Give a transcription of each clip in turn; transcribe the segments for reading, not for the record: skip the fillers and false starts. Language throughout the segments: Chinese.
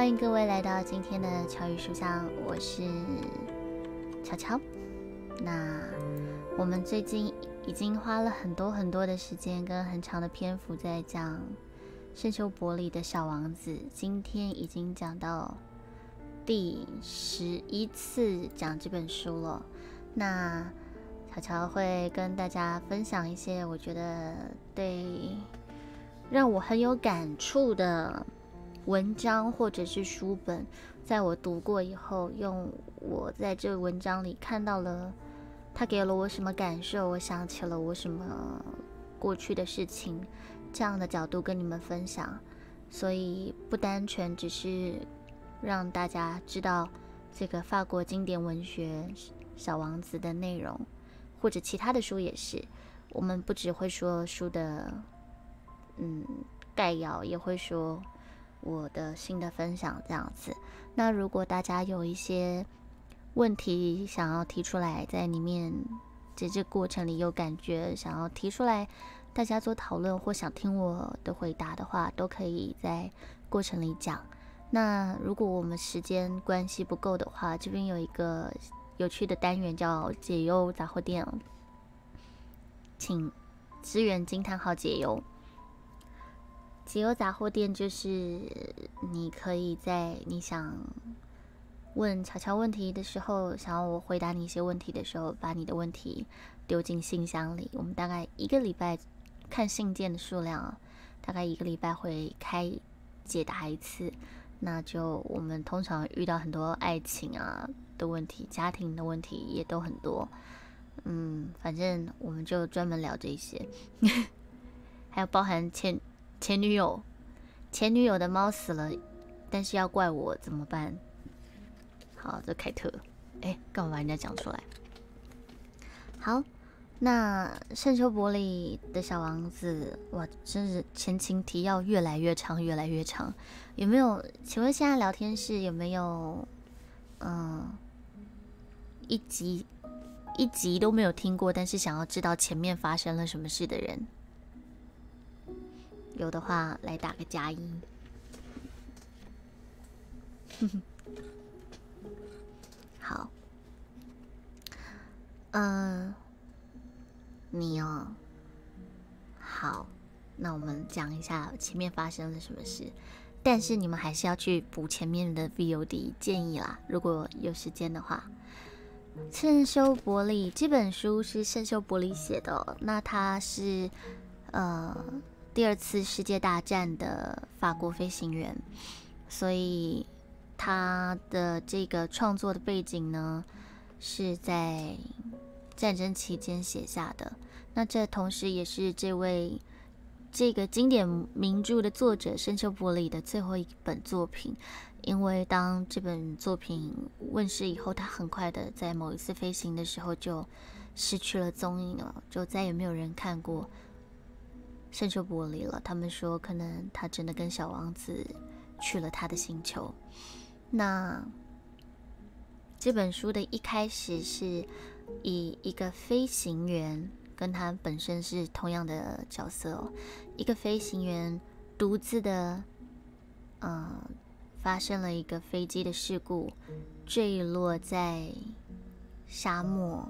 欢迎各位来到今天的巧语书香，我是巧巧。那我们最近已经花了很多的时间跟很长的篇幅在讲圣修伯里的小王子，今天已经讲到第11次讲这本书了。那巧巧会跟大家分享一些我觉得让我很有感触的文章或者是书本，在我读过以后，用我在这文章里看到了他给了我什么感受，我想起了我什么过去的事情，这样的角度跟你们分享。所以不单纯只是让大家知道这个法国经典文学小王子的内容，或者其他的书也是，我们不只会说书的概要，也会说我的新的分享这样子。那如果大家有一些问题想要提出来，在里面在这过程里有感觉想要提出来大家做讨论，或想听我的回答的话，都可以在过程里讲。那如果我们时间关系不够的话，这边有一个有趣的单元叫解忧杂货店，请支援惊叹号解忧。解忧杂货店就是你可以在你想问巧巧问题的时候，想要我回答你一些问题的时候，把你的问题丢进信箱里。我们大概一个礼拜看信件的数量大概一个礼拜会开解答一次。那就我们通常遇到很多爱情的问题，家庭的问题也都很多。反正我们就专门聊这些，还有包含前女友的猫死了，但是要怪我怎么办？好，这凯特，干嘛把人家讲出来？好，那圣修伯里的小王子，哇，真是前情提要越来越长。有没有？请问现在聊天室有没有一集都没有听过，但是想要知道前面发生了什么事的人？有的话来打个加一。好，你好，那我们讲一下前面发生了什么事，但是你们还是要去补前面的 VOD 建议啦，如果有时间的话。圣修伯里这本书是圣修伯里写的那他是第二次世界大战的法国飞行员，所以他的这个创作的背景呢是在战争期间写下的。那这同时也是这个经典名著的作者圣修伯里的最后一本作品，因为当这本作品问世以后，他很快的在某一次飞行的时候就失去了踪影了，就再也没有人看过圣修伯里了。他们说可能他真的跟小王子去了他的星球。那这本书的一开始是以一个飞行员，跟他本身是同样的角色一个飞行员独自的发生了一个飞机的事故，坠落在沙漠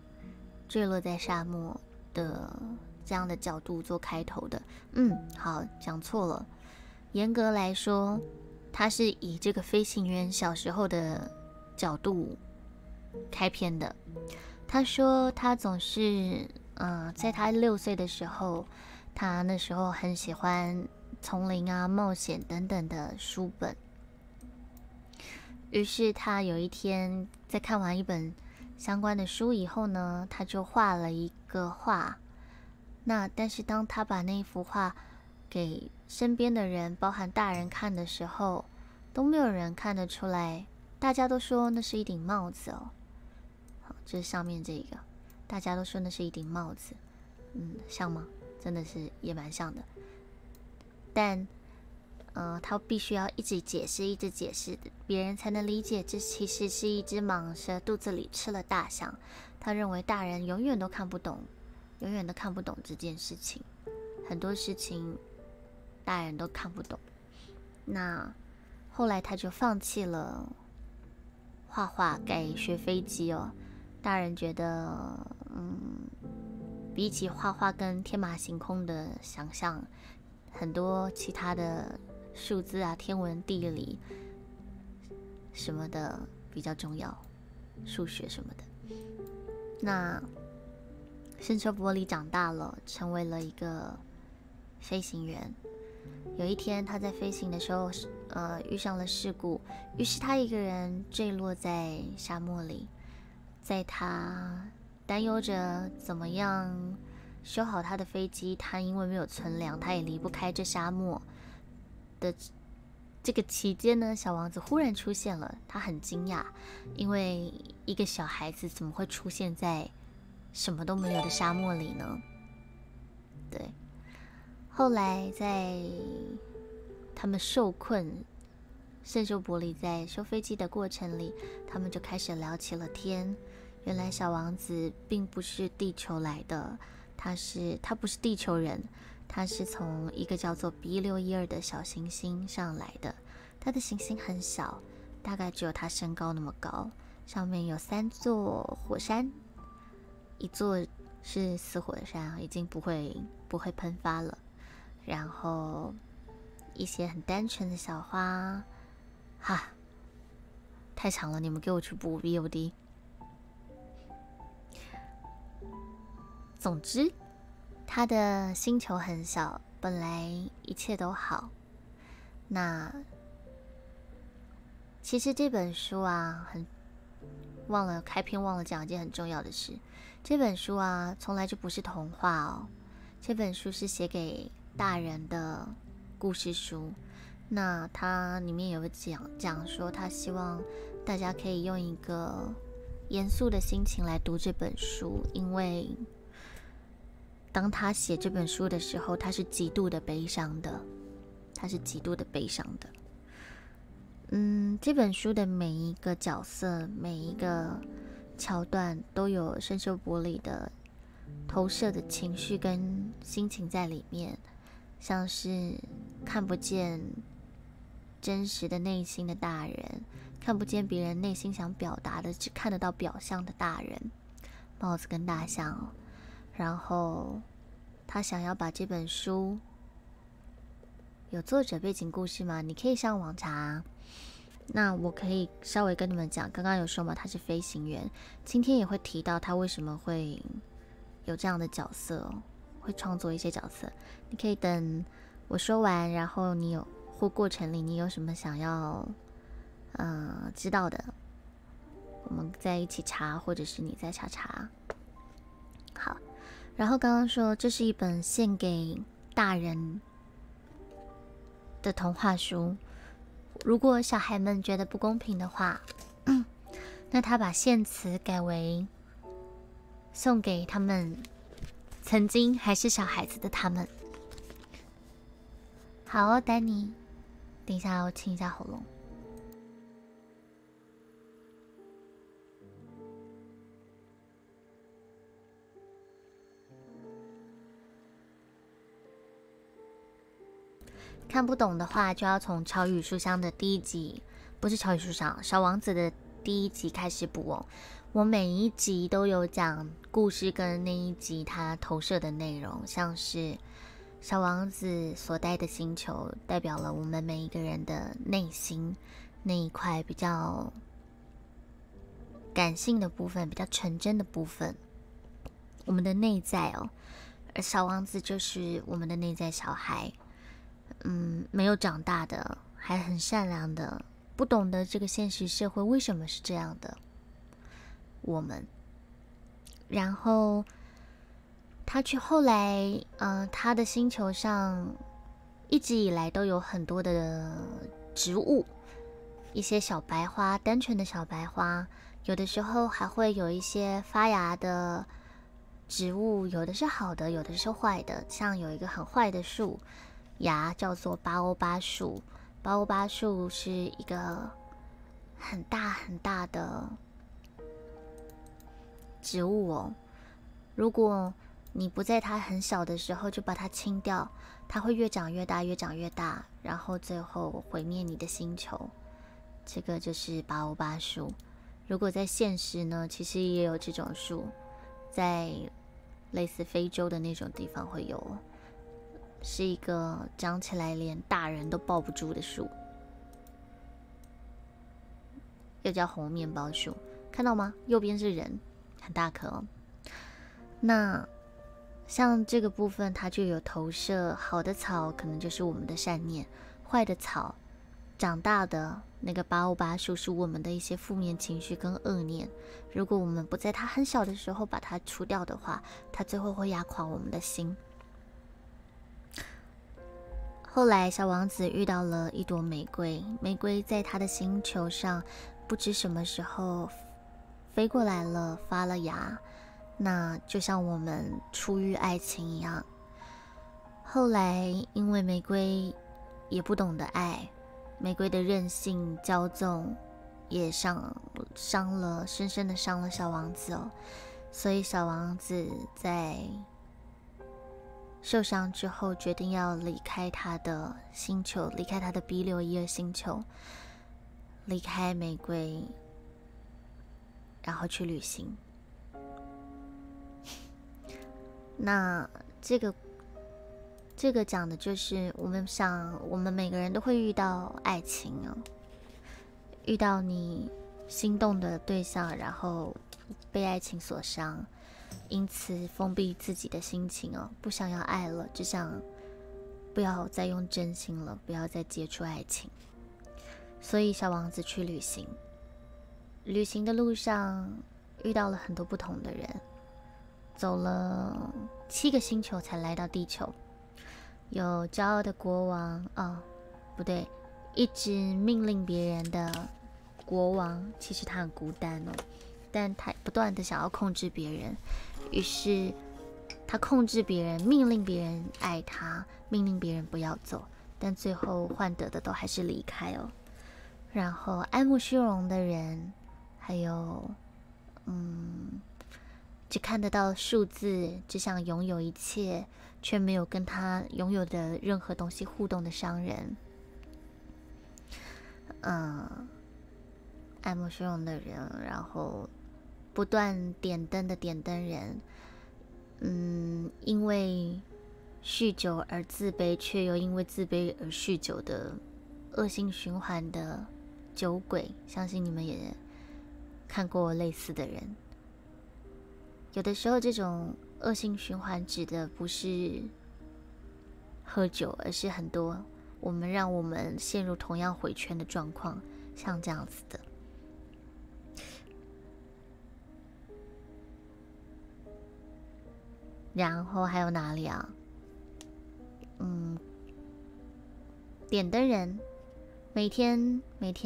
的这样的角度做开头的。好，讲错了，严格来说他是以这个飞行员小时候的角度开篇的。他说他总是在他6岁的时候，他那时候很喜欢丛林冒险等等的书本，于是他有一天在看完一本相关的书以后呢，他就画了一个画。但是当他把那幅画给身边的人，包含大人看的时候，都没有人看得出来，大家都说那是一顶帽子好，这上面这个大家都说那是一顶帽子，像吗？真的是也蛮像的。但他必须要一直解释别人才能理解，这其实是一只蟒蛇肚子里吃了大象。他认为大人永远都看不懂这件事情，很多事情大人都看不懂。那后来他就放弃了画画，改学飞机哦。大人觉得，比起画画跟天马行空的想象，很多其他的数字啊、天文、地理什么的比较重要，数学什么的。那圣修伯里长大了，成为了一个飞行员。有一天，他在飞行的时候，遇上了事故，于是他一个人坠落在沙漠里。在他担忧着怎么样修好他的飞机，他因为没有存粮，他也离不开这沙漠的这个期间呢，小王子忽然出现了，他很惊讶，因为一个小孩子怎么会出现在什么都没有的沙漠里呢？对，后来在他们受困，圣修伯里在修飞机的过程里，他们就开始聊起了天。原来小王子并不是地球来的，他不是地球人，他是从一个叫做 B612的小行星上来的。他的行星很小，大概只有他身高那么高，上面有3座火山，一座是死火山，已经不会喷发了，然后一些很单纯的小花，太长了，你们给我去补 VOD。总之，他的星球很小，本来一切都好。那其实这本书啊，忘了讲一件很重要的事。这本书啊，从来就不是童话哦。这本书是写给大人的故事书。那它里面有讲说，他希望大家可以用一个严肃的心情来读这本书，因为当他写这本书的时候，他是极度的悲伤的。这本书的每一个角色、每一个桥段都有圣修伯里的投射的情绪跟心情在里面，像是看不见真实的内心的大人，看不见别人内心想表达的，只看得到表象的大人，帽子跟大象。然后他想要把这本书，有作者背景故事吗？你可以上网查。那我可以稍微跟你们讲，刚刚有说嘛，他是飞行员，今天也会提到他为什么会有这样的角色，会创作一些角色。你可以等我说完，然后或过程里你有什么想要知道的，我们再一起查，或者是你再查。好，然后刚刚说这是一本献给大人的童话书。如果小孩们觉得不公平的话，那他把献词改为送给他们曾经还是小孩子的他们。好哦，丹尼，等一下我清一下喉咙。看不懂的话，就要从巧语书香的第一集，不是巧语书香，小王子的第一集开始补哦。我每一集都有讲故事跟那一集他投射的内容，像是小王子所待的星球，代表了我们每一个人的内心那一块比较感性的部分，比较纯真的部分，我们的内在哦。而小王子就是我们的内在小孩。没有长大的，还很善良的，不懂得这个现实社会为什么是这样的我们。然后他去后来他的星球上一直以来都有很多的植物，一些小白花，单纯的小白花，有的时候还会有一些发芽的植物，有的是好的，有的是坏的。像有一个很坏的树芽叫做巴欧巴树，巴欧巴树是一个很大很大的植物哦。如果你不在它很小的时候就把它清掉，它会越长越大，越长越大， 然后最后毁灭你的星球。这个就是巴欧巴树。如果在现实呢，其实也有这种树，在类似非洲的那种地方会有，是一个长起来连大人都抱不住的树，又叫红面包树。看到吗？右边是人，很大棵哦。那像这个部分，它就有投射，好的草可能就是我们的善念，坏的草长大的那个巴欧巴树是我们的一些负面情绪跟恶念。如果我们不在它很小的时候把它除掉的话，它最后会压垮我们的心。后来小王子遇到了一朵玫瑰，玫瑰在他的星球上不知什么时候飞过来了，发了芽，那就像我们初遇爱情一样。后来因为玫瑰也不懂得爱，玫瑰的任性骄纵也深深的伤了小王子哦。所以小王子在受伤之后决定要离开他的星球，离开他的 B612星球，离开玫瑰，然后去旅行。那这个讲的就是我们每个人都会遇到爱情哦，遇到你心动的对象，然后被爱情所伤，因此封闭自己的心情哦，不想要爱了，只想不要再用真心了，不要再接触爱情。所以小王子去旅行，旅行的路上遇到了很多不同的人，走了7个星球才来到地球。有骄傲的国王不对，一直命令别人的国王，其实他很孤单哦，但他不断的想要控制别人，于是他控制别人，命令别人爱他，命令别人不要走，但最后换得的都还是离开哦。然后爱慕虚荣的人，还有只看得到数字，只想拥有一切，却没有跟他拥有的任何东西互动的商人，爱慕虚荣的人，然后不断点灯的点灯人，因为酗酒而自卑，却又因为自卑而酗酒的恶性循环的酒鬼，相信你们也看过类似的人。有的时候这种恶性循环指的不是喝酒，而是很多让我们陷入同样回圈的状况，像这样子的。然后还有哪里啊？点灯人，每天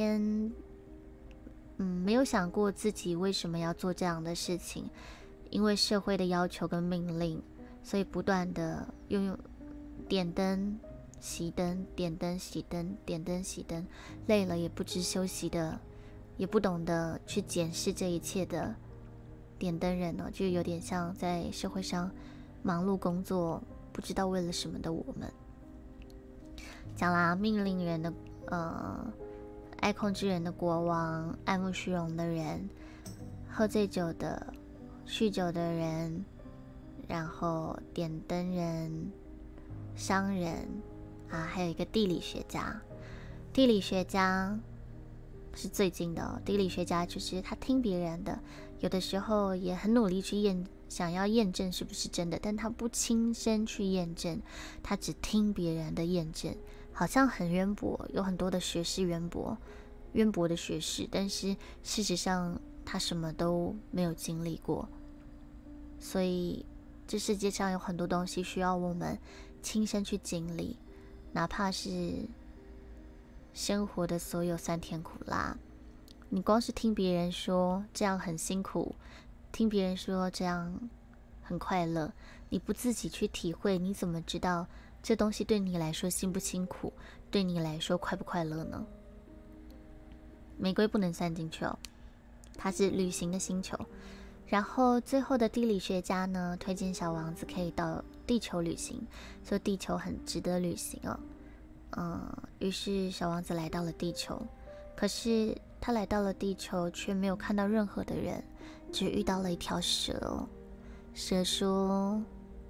没有想过自己为什么要做这样的事情，因为社会的要求跟命令，所以不断的用点灯熄灯，点灯熄灯，点灯熄灯，累了也不知休息的，也不懂得去检视这一切的点灯人呢，就有点像在社会上忙碌工作，不知道为了什么的我们。讲啦，命令人的爱控制人的国王，爱慕虚荣的人，喝醉酒的酗酒的人，然后点灯人，商人还有一个地理学家。地理学家是最近的地理学家就是他听别人的，有的时候也很努力去想要验证是不是真的，但他不亲身去验证，他只听别人的验证，好像很渊博，有很多的学识渊博的学识，但是事实上他什么都没有经历过。所以这世界上有很多东西需要我们亲身去经历，哪怕是生活的所有酸甜苦辣，你光是听别人说这样很辛苦，听别人说这样很快乐，你不自己去体会，你怎么知道这东西对你来说辛不辛苦，对你来说快不快乐呢？玫瑰不能算进去哦，它是旅行的星球。然后最后的地理学家呢，推荐小王子可以到地球旅行，所以地球很值得旅行哦。 于是小王子来到了地球，可是他来到了地球，却没有看到任何的人，只遇到了一条蛇。蛇说：“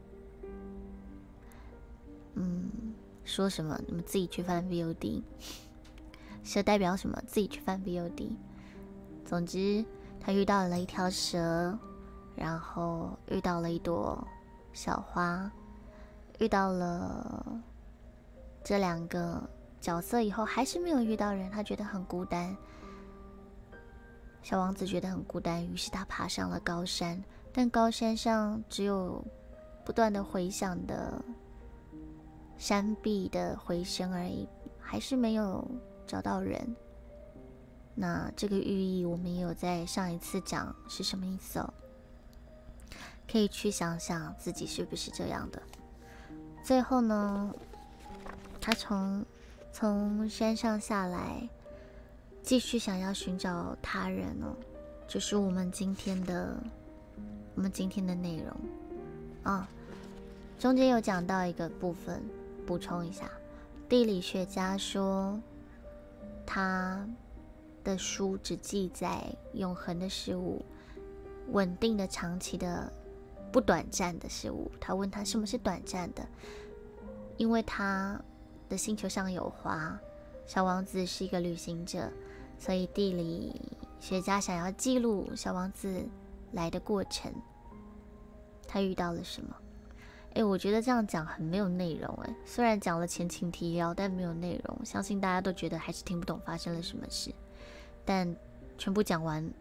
说什么？你们自己去翻 VOD。蛇代表什么？自己去翻 VOD。总之，他遇到了一条蛇，然后遇到了一朵小花，遇到了这2个角色以后，还是没有遇到人，他觉得很孤单。小王子觉得很孤单，于是他爬上了高山，但高山上只有不断的回响的山壁的回声而已，还是没有找到人。那这个寓意我们也有在上一次讲是什么意思哦，可以去想想自己是不是这样的。最后呢，他从山上下来，继续想要寻找他人哦，就是我们今天的内容啊。中间有讲到一个部分，补充一下，地理学家说他的书只记载永恒的事物，稳定的、长期的、不短暂的事物。他问他什么是短暂的，因为他的星球上有花，小王子是一个旅行者，所以地理学家想要记录小王子来的过程，他遇到了什么。我觉得这样讲很没有内容虽然讲了前情提要，但没有内容，相信大家都觉得还是听不懂发生了什么事。但全部讲完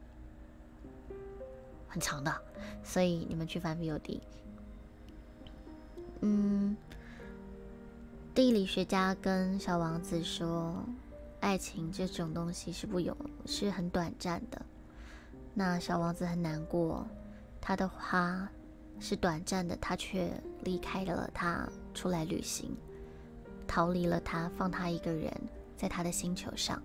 很长的，所以你们去翻 VOD。地理学家跟小王子说，爱情这种东西是很短暂的。那小王子很难过，他的花是短暂的，他却离开了他，出来旅行，逃离了他，放他一个人在他的星球上。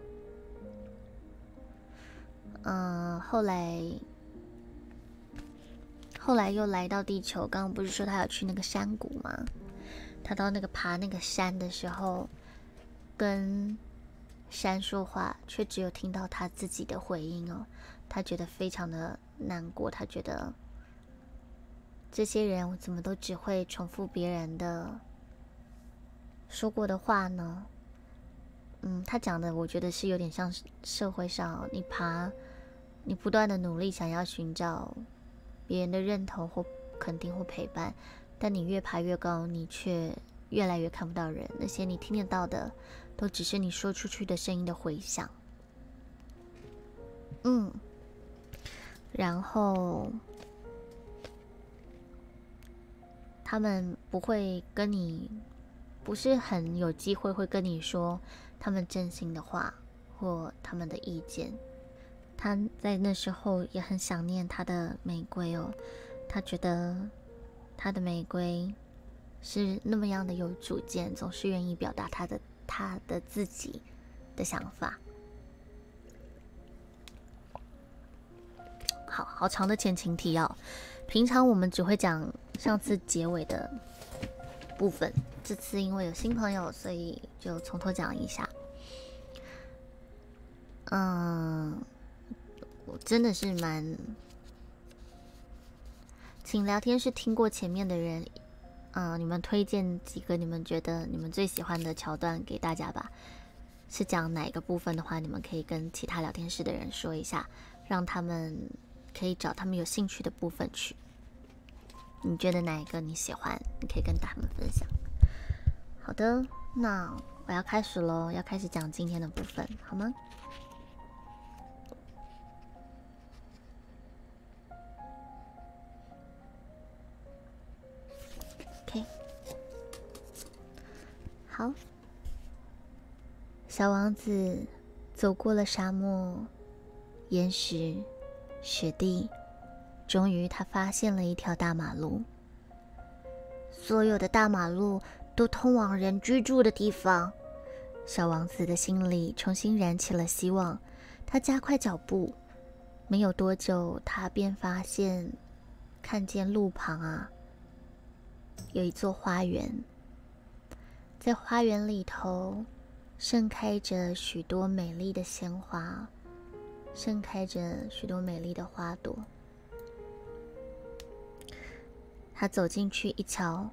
后来又来到地球，刚刚不是说他有去那个山谷吗？他到爬那个山的时候，跟山说话，却只有听到他自己的回音哦。他觉得非常的难过，他觉得这些人怎么都只会重复别人的说过的话呢？他讲的我觉得是有点像社会上你不断的努力想要寻找别人的认同或肯定或陪伴，但你越爬越高，你却越来越看不到人，那些你听得到的都只是你说出去的声音的回响。然后他们不是很有机会会跟你说他们真心的话或他们的意见。他在那时候也很想念他的玫瑰哦，他觉得他的玫瑰是那么样的有主见，总是愿意表达他的自己的想法。好长的前情提要，平常我们只会讲上次结尾的部分，这次因为有新朋友，所以就从头讲一下。我真的是请聊天室听过前面的人，你们推荐几个你们觉得你们最喜欢的桥段给大家吧。是讲哪一个部分的话，你们可以跟其他聊天室的人说一下，让他们可以找他们有兴趣的部分去。你觉得哪一个你喜欢，你可以跟他们分享。好的，那我要开始咯，要开始讲今天的部分，好吗？OK， 好。小王子走过了沙漠、岩石、雪地，终于他发现了一条大马路。所有的大马路都通往人居住的地方。小王子的心里重新燃起了希望，他加快脚步。没有多久，他便看见路旁有一座花园。 在花园里头盛开着许多美丽的鲜花，盛开着许多美丽的花朵。他走进去一瞧，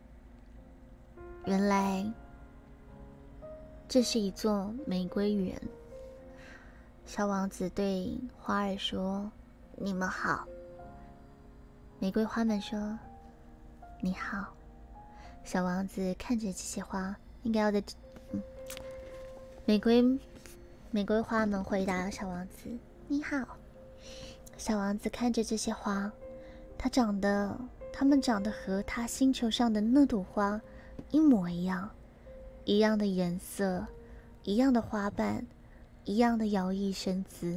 原来这是一座玫瑰园。小王子对花儿说：“你们好。”玫瑰花们说：“你好。”小王子看着这些花，应该要在玫瑰花们回答小王子：“你好。”小王子看着这些花，它们长得和他星球上的那朵花一模一样，一样的颜色，一样的花瓣，一样的摇曳生姿。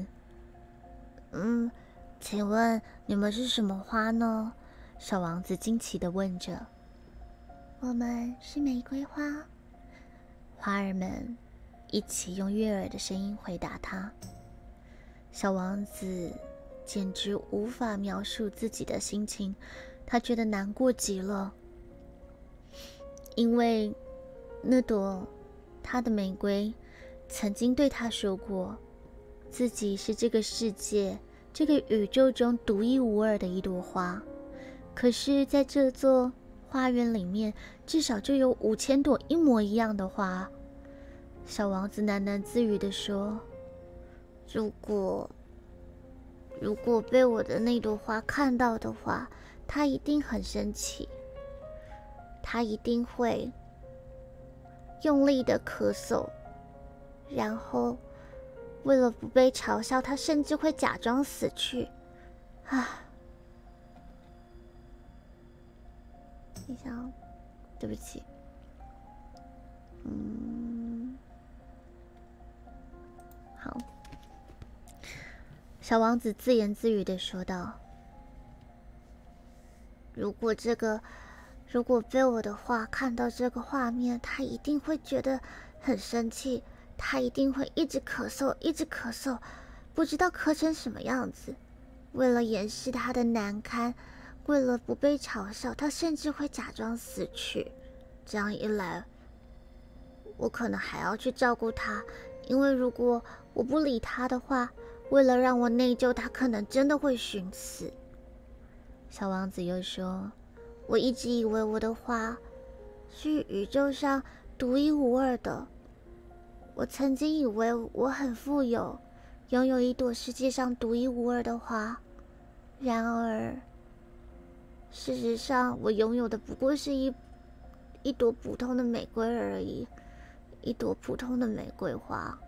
请问你们是什么花呢？小王子惊奇地问着。我们是玫瑰花，花儿们一起用悦耳的声音回答他。小王子简直无法描述自己的心情，他觉得难过极了，因为那朵他的玫瑰曾经对他说过，自己是这个世界、这个宇宙中独一无二的一朵花。可是在这座花园里面，至少就有5000朵一模一样的花。小王子喃喃自语地说：“如果被我的那朵花看到的话，他一定很生气，他一定会用力的咳嗽，然后为了不被嘲笑，他甚至会假装死去。”等一下哦，对不起。好。小王子自言自语地说道：“如果被我的画看到这个画面，他一定会觉得很生气，他一定会一直咳嗽，一直咳嗽，不知道咳成什么样子。为了掩饰他的难堪，为了不被嘲笑，他甚至会假装死去。这样一来，我可能还要去照顾他，因为如果我不理他的话，为了让我内疚，他可能真的会寻死。”小王子又说：“我一直以为我的花是宇宙上独一无二的，我曾经以为我很富有，拥有一朵世界上独一无二的花。然而，事实上，我拥有的不过是一朵普通的玫瑰而已，一朵普通的玫瑰花。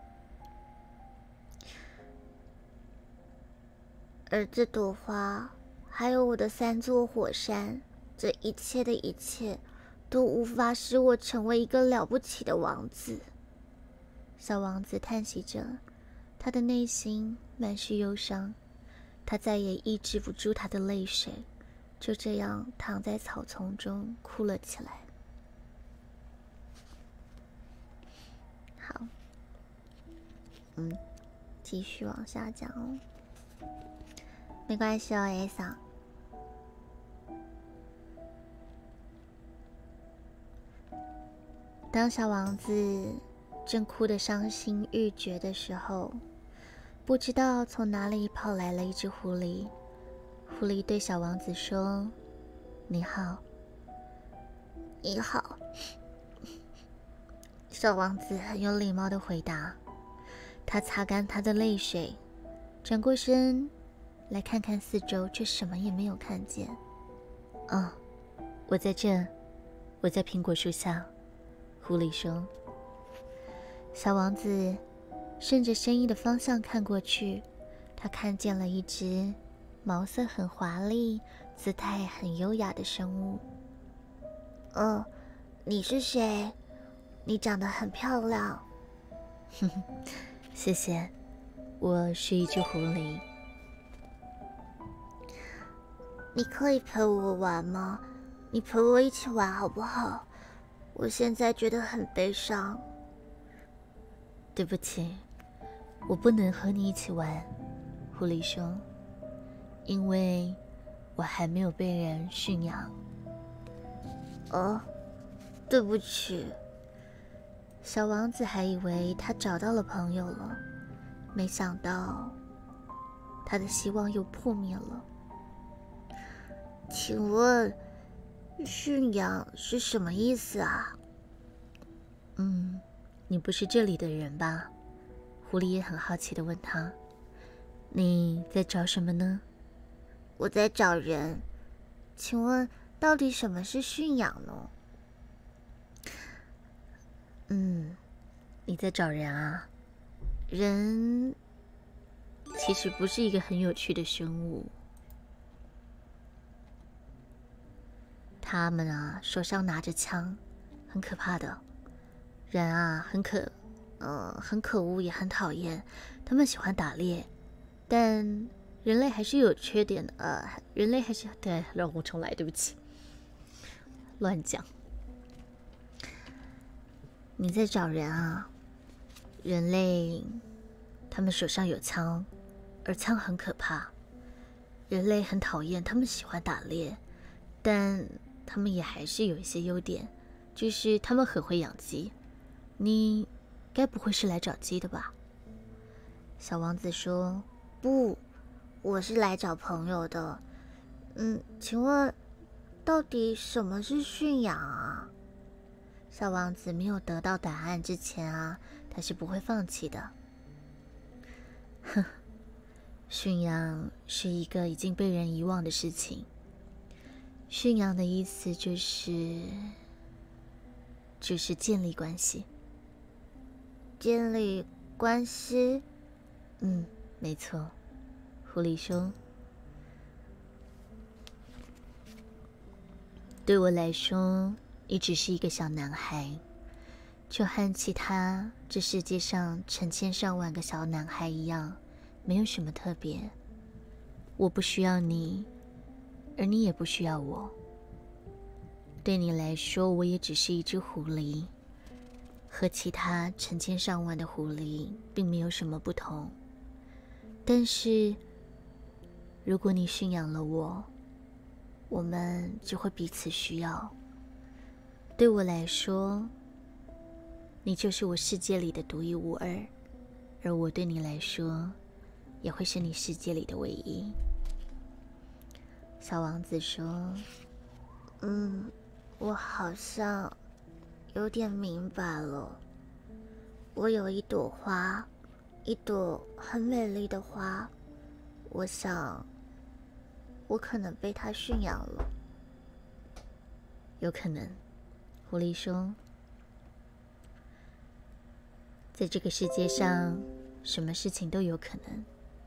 而这朵花，还有我的3座火山，这一切的一切，都无法使我成为一个了不起的王子。”小王子叹息着，他的内心满是忧伤，他再也抑制不住他的泪水，就这样躺在草丛中哭了起来。好，继续往下讲哦。没关系哦 ，A 桑。当小王子正哭得伤心欲绝的时候，不知道从哪里跑来了一只狐狸。狐狸对小王子说：“你好。”“你好。”小王子很有礼貌地回答。他擦干他的泪水，转过身来看看四周，却什么也没有看见。“哦，我在这，我在苹果树下。”狐狸说。小王子顺着声音的方向看过去，他看见了一只毛色很华丽、姿态很优雅的生物。“你是谁？你长得很漂亮。”“哼哼，谢谢，我是一只狐狸。”“你可以陪我玩吗？你陪我一起玩好不好？我现在觉得很悲伤。”“对不起，我不能和你一起玩。”狐狸说，“因为我还没有被人驯养。”“对不起。” 小王子还以为他找到了朋友了，没想到他的希望又破灭了。请问，驯养是什么意思啊？ 你不是这里的人吧？狐狸也很好奇地问他。你在找什么呢？ 我在找人。请问，到底什么是驯养呢？ 你在找人啊？ 人其实不是一个很有趣的生物。他们啊，手上拿着枪，很可怕的。人啊，很可恶，也很讨厌。他们喜欢打猎，但人类还是有缺点的。人类还是对，让我重来，对不起，乱讲。 你在找人啊？ 人类，他们手上有枪，而枪很可怕。人类很讨厌，他们喜欢打猎，但他们也还是有一些优点，就是他们很会养鸡。你该不会是来找鸡的吧？ 小王子说：“不，我是来找朋友的。请问，到底什么是驯养啊？”小王子没有得到答案之前啊，他是不会放弃的。 驯养是一个已经被人遗忘的事情。驯养的意思就是建立关系。 建立关系？ 没错。狐狸说：“对我来说，你只是一个小男孩，就和其他这世界上成千上万个小男孩一样，没有什么特别。我不需要你，而你也不需要我。对你来说，我也只是一只狐狸，和其他成千上万的狐狸并没有什么不同。但是，如果你驯养了我，我们就会彼此需要。对我来说，你就是我世界里的独一无二，而我对你来说，也会是你世界里的唯一。” 小王子说：“我好像有点明白了。我有一朵花，一朵很美丽的花，我想我可能被它驯养了。” 有可能。狐狸说：“在这个世界上，什么事情都有可能。”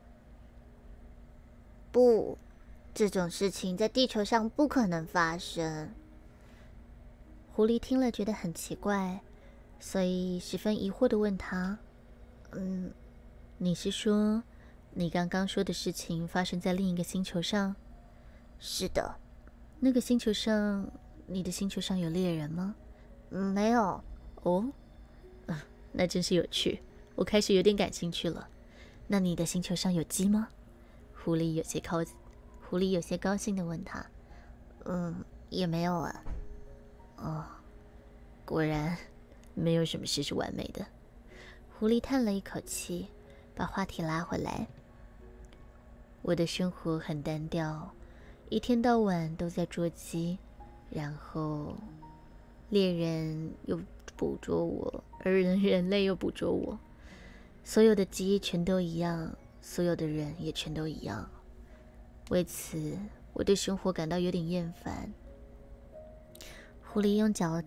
不，这种事情在地球上不可能发生。 狐狸听了觉得很奇怪，所以十分疑惑地问他：“你是说，你刚刚说的事情发生在另一个星球上？”“ 是的。”“ 那个星球上，你的星球上有猎人吗？”“ 没有。”“ 哦，那真是有趣，我开始有点感兴趣了。那你的星球上有鸡吗？”狐狸有些高兴地问他。 “也没有啊。”“ 哦，果然没有什么事是完美的。”狐狸叹了一口气，把话题拉回来。“我的生活很单调，一天到晚都在捉鸡，然后猎人又捕捉我，而人类又捕捉我。所有的鸡全都一样，所有的人也全都一样。为此，我对生活感到有点厌烦。”狐狸用脚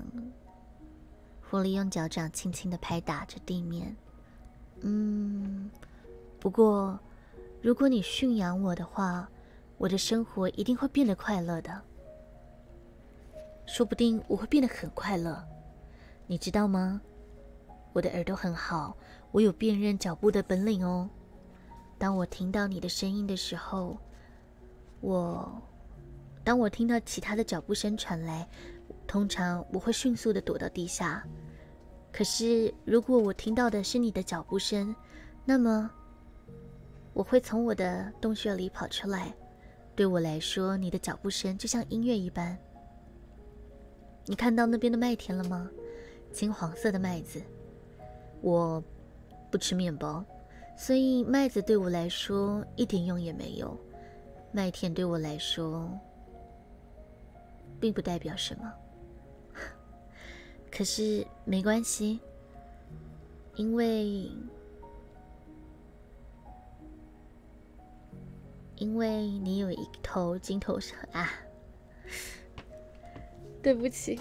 掌轻轻地拍打着地面。不过，如果你驯养我的话，我的生活一定会变得快乐的。说不定我会变得很快乐，你知道吗？我的耳朵很好，我有辨认脚步的本领哦。当我听到你的声音的时候，当我听到其他的脚步声传来，通常我会迅速地躲到地下。可是如果我听到的是你的脚步声，那么我会从我的洞穴里跑出来。对我来说，你的脚步声就像音乐一般。你看到那边的麦田了吗？ 金黄色的麦子。我不吃面包，所以麦子对我来说一点用也没有。麦田对我来说并不代表什么。可是没关系，因为你有一头金头上啊，对不起。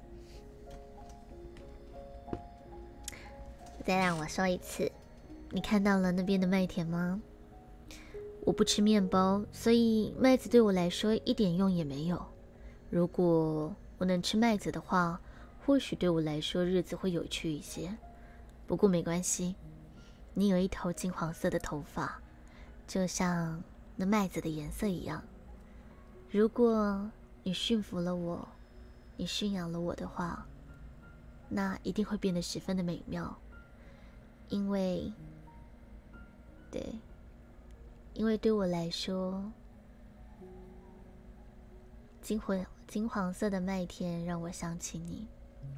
再让我说一次，你看到了那边的麦田吗？我不吃面包，所以麦子对我来说一点用也没有。如果我能吃麦子的话，或许对我来说日子会有趣一些。不过没关系，你有一头金黄色的头发，就像那麦子的颜色一样。如果你驯服了我，你驯养了我的话，那一定会变得十分的美妙。因为对我来说，金黄色的麦田让我想起你。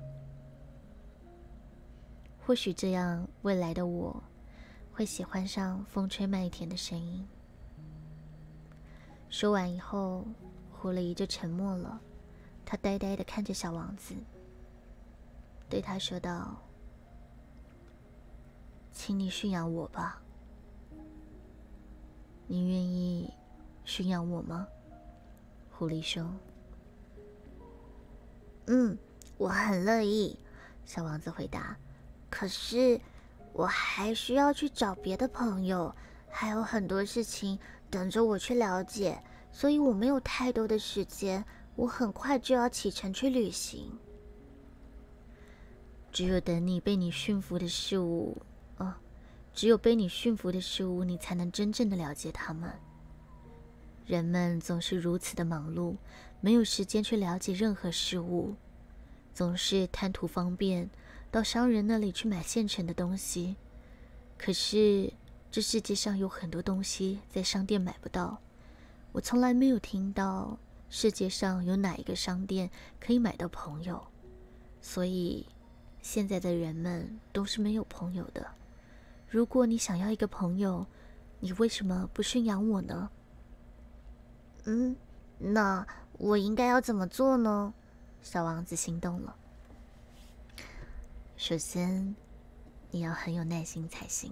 或许这样，未来的我会喜欢上风吹麦田的声音。说完以后，狐狸就沉默了。他呆呆地看着小王子，对他说道：“请你驯养我吧。你愿意驯养我吗？”狐狸说：“ 我很乐意。” 小王子回答。 可是我还需要去找别的朋友，还有很多事情等着我去了解，所以我没有太多的时间。我很快就要启程去旅行。 只有被你驯服的事物，你才能真正的了解它们。人们总是如此的忙碌，没有时间去了解任何事物，总是贪图方便，到商人那里去买现成的东西。可是这世界上有很多东西在商店买不到，我从来没有听到世界上有哪一个商店可以买到朋友，所以现在的人们都是没有朋友的。如果你想要一个朋友，你为什么不驯养我呢？ 那我应该要怎么做呢？ 小王子心动了。首先，你要很有耐心才行。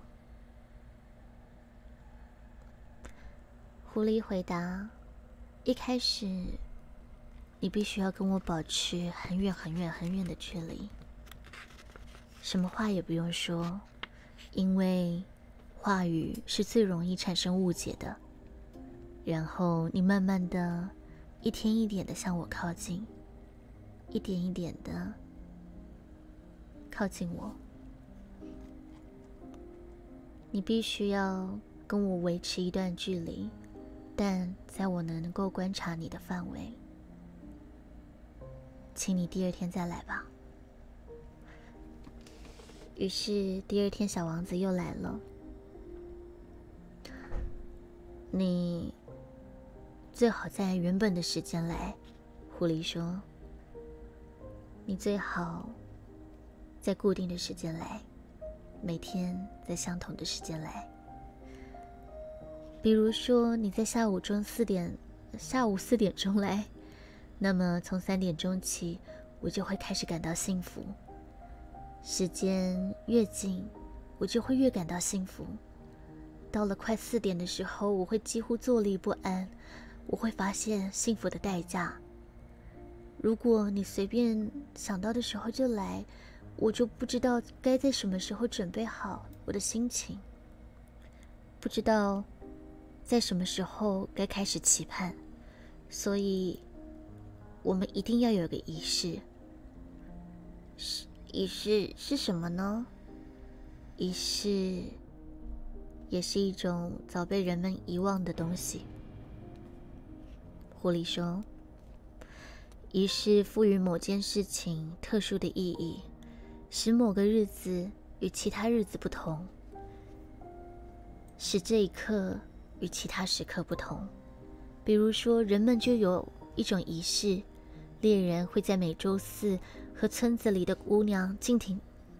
狐狸回答：“一开始，你必须要跟我保持很远很远很远的距离，什么话也不用说，因为话语是最容易产生误解的。然后你慢慢的，一天一点的向我靠近，一点一点的靠近我。你必须要跟我维持一段距离，但在我能够观察你的范围。请你第二天再来吧。”于是第二天，小王子又来了。你最好在原本的时间来，狐狸说。你最好在固定的时间来，每天在相同的时间来。比如说你在下午4点钟来，那么从3点钟起，我就会开始感到幸福。时间越近，我就会越感到幸福。到了快4点的时候，我会几乎坐立不安，我会发现幸福的代价。如果你随便想到的时候就来，我就不知道该在什么时候准备好我的心情，不知道在什么时候该开始期盼。所以我们一定要有个仪式。 仪式是什么呢？ 仪式也是一种早被人们遗忘的东西。狐狸说，仪式赋予某件事情特殊的意义，使某个日子与其他日子不同，使这一刻与其他时刻不同。比如说，人们就有一种仪式，猎人会在每周4 和村子里的姑娘尽情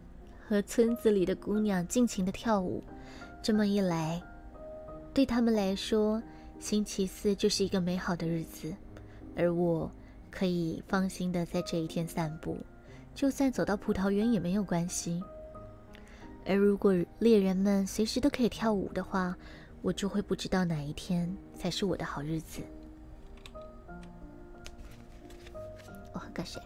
的跳舞。这么一来，对他们来说，星期四就是一个美好的日子，而我可以放心的在这一天散步，就算走到葡萄园也没有关系。而如果猎人们随时都可以跳舞的话，我就会不知道哪一天才是我的好日子。 我喝个水。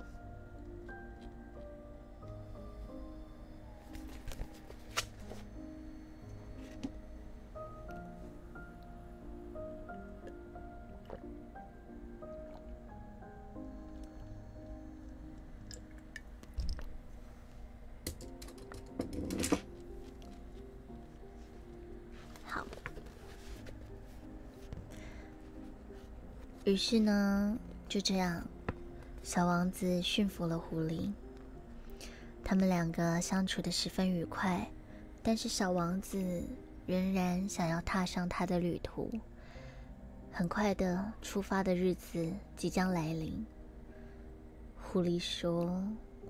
于是呢，就这样，小王子驯服了狐狸。他们两个相处得十分愉快，但是小王子仍然想要踏上他的旅途。很快的，出发的日子即将来临。狐狸说：“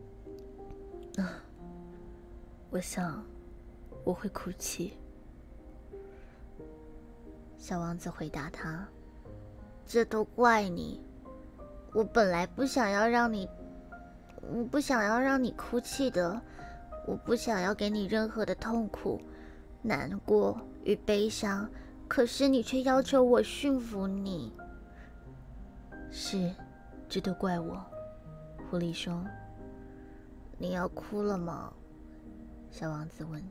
我想我会哭泣。”小王子回答他：“ 这都怪你，我本来不想要让你哭泣的，我不想要给你任何的痛苦、难过与悲伤，可是你却要求我驯服你。” 是，这都怪我。狐狸说。 你要哭了吗？ 小王子问。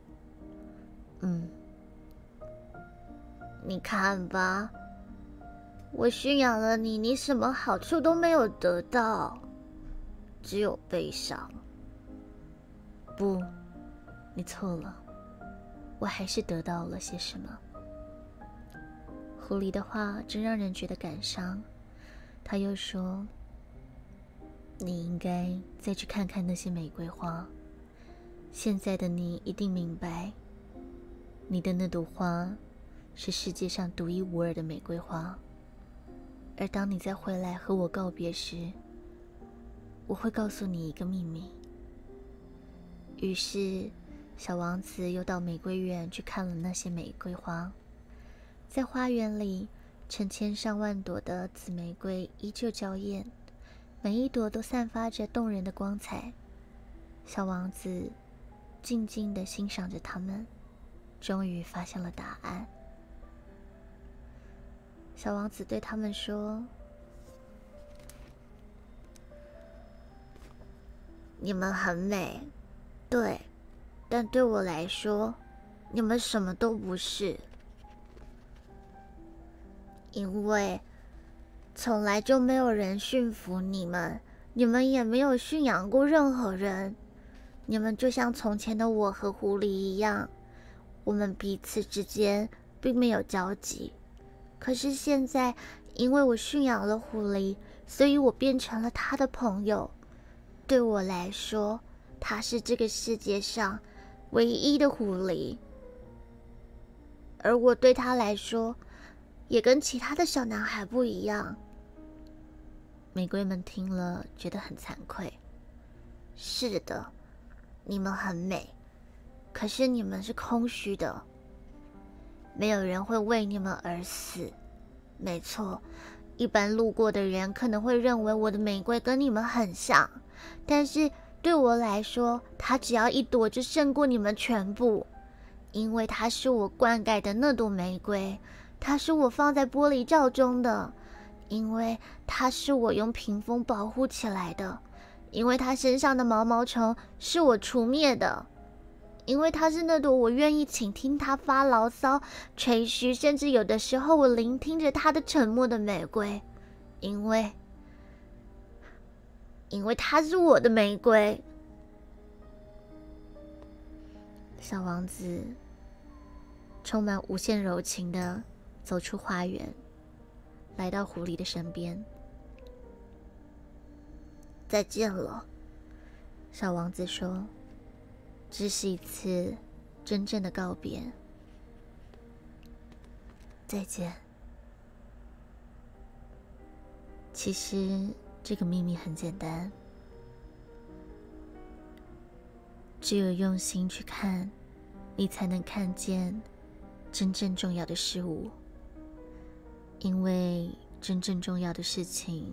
你看吧，我驯养了你，你什么好处都没有得到，只有悲伤。 不，你错了，我还是得到了些什么。狐狸的话真让人觉得感伤。他又说：“你应该再去看看那些玫瑰花。现在的你一定明白，你的那朵花是世界上独一无二的玫瑰花。而当你再回来和我告别时，我会告诉你一个秘密。”于是，小王子又到玫瑰园去看了那些玫瑰花。在花园里，成千上万朵的紫玫瑰依旧娇艳，每一朵都散发着动人的光彩。小王子静静地欣赏着它们，终于发现了答案。小王子对他们说：“ 你们很美，对，但对我来说，你们什么都不是。因为从来就没有人驯服你们，你们也没有驯养过任何人。你们就像从前的我和狐狸一样，我们彼此之间并没有交集。可是现在，因为我驯养了狐狸，所以我变成了他的朋友。对我来说，他是这个世界上唯一的狐狸，而我对他来说，也跟其他的小男孩不一样。” 玫瑰们听了，觉得很惭愧。 是的，你们很美，可是你们是空虚的，没有人会为你们而死。没错，一般路过的人可能会认为我的玫瑰跟你们很像，但是对我来说，它只要一朵就胜过你们全部，因为它是我灌溉的那朵玫瑰，它是我放在玻璃罩中的，因为它是我用屏风保护起来的，因为它身上的毛毛虫是我除灭的，因为它是那朵我愿意倾听它发牢骚、吹嘘，甚至有的时候我聆听着它的沉默的玫瑰，因为它是我的玫瑰。 小王子充满无限柔情地走出花园，来到狐狸的身边。 再见了， 小王子说，这是一次真正的告别。再见。其实这个秘密很简单， 只有用心去看，你才能看见真正重要的事物。因为真正重要的事情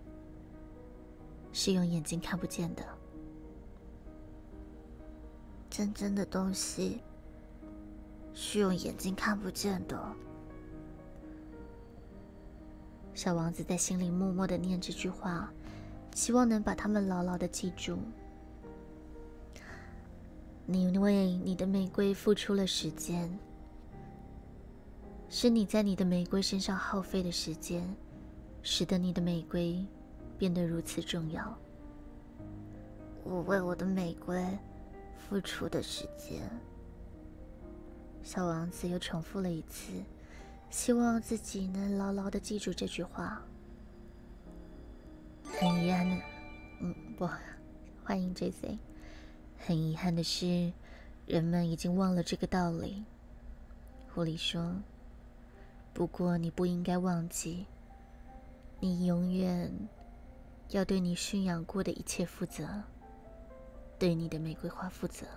是用眼睛看不见的。 真正的东西是用眼睛看不见的。 小王子在心里默默地念这句话，希望能把它们牢牢地记住。你为你的玫瑰付出了时间，是你在你的玫瑰身上耗费的时间，使得你的玫瑰变得如此重要。 我为我的玫瑰付出的时间。 小王子又重复了一次，希望自己能牢牢地记住这句话。很遗憾的，不，欢迎 JC。很遗憾的是，人们已经忘了这个道理。狐狸说：“不过你不应该忘记，你永远要对你驯养过的一切负责，对你的玫瑰花负责。”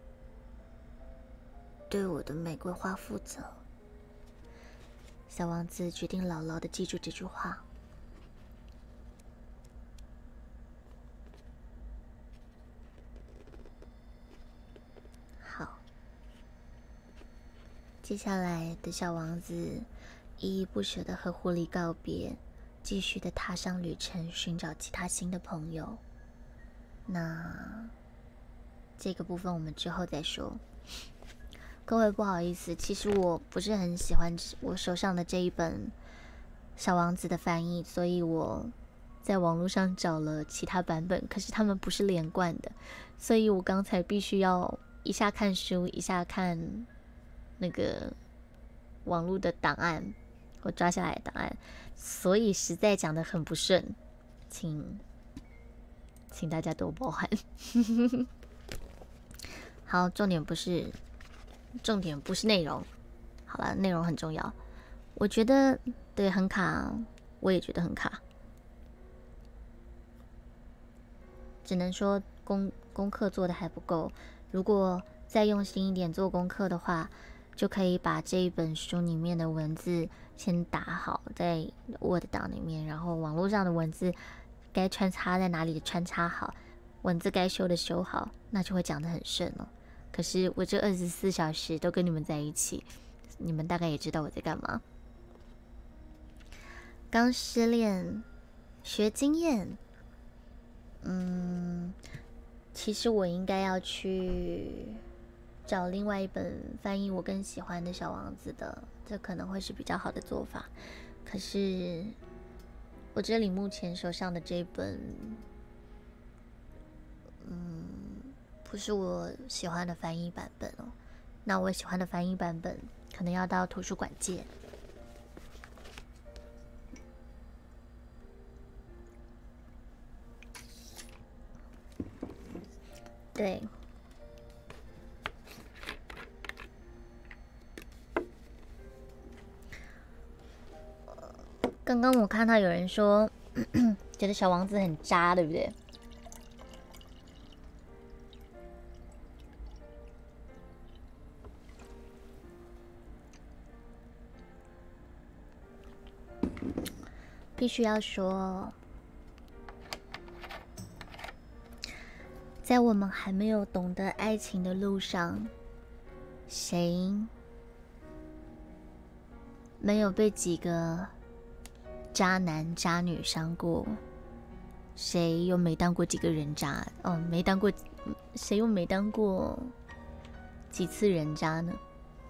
对我的玫瑰花负责。 小王子决定牢牢地记住这句话。好，接下来的小王子依依不舍地和狐狸告别，继续地踏上旅程，寻找其他新的朋友。那这个部分我们之后再说。各位不好意思，其实我不是很喜欢我手上的这一本《小王子》的翻译，所以我在网络上找了其他版本，可是他们不是连贯的，所以我刚才必须要一下看书，一下看那个网络的档案，我抓下来的档案，所以实在讲得很不顺，请大家多包涵。好，重点不是内容，好了，内容很重要。我觉得对很卡，我也觉得很卡，只能说功课做的还不够。如果再用心一点做功课的话，就可以把这一本书里面的文字先打好在 Word 档里面，然后网络上的文字该穿插在哪里的穿插好，文字该修的修好，那就会讲得很顺哦。可是我这24小时都跟你们在一起，你们大概也知道我在干嘛。刚失恋，学经验。其实我应该要去找另外一本翻译我更喜欢的小王子的，这可能会是比较好的做法。可是我这里目前手上的这本，不是我喜欢的翻译版本哦。那我喜欢的翻译版本可能要到图书馆借。对，刚刚我看到有人说觉得小王子很渣，对不对？必须要说，在我们还没有懂得爱情的路上，谁没有被几个渣男渣女伤过？谁又没当过几个人渣？没当过，谁又没当过几次人渣呢？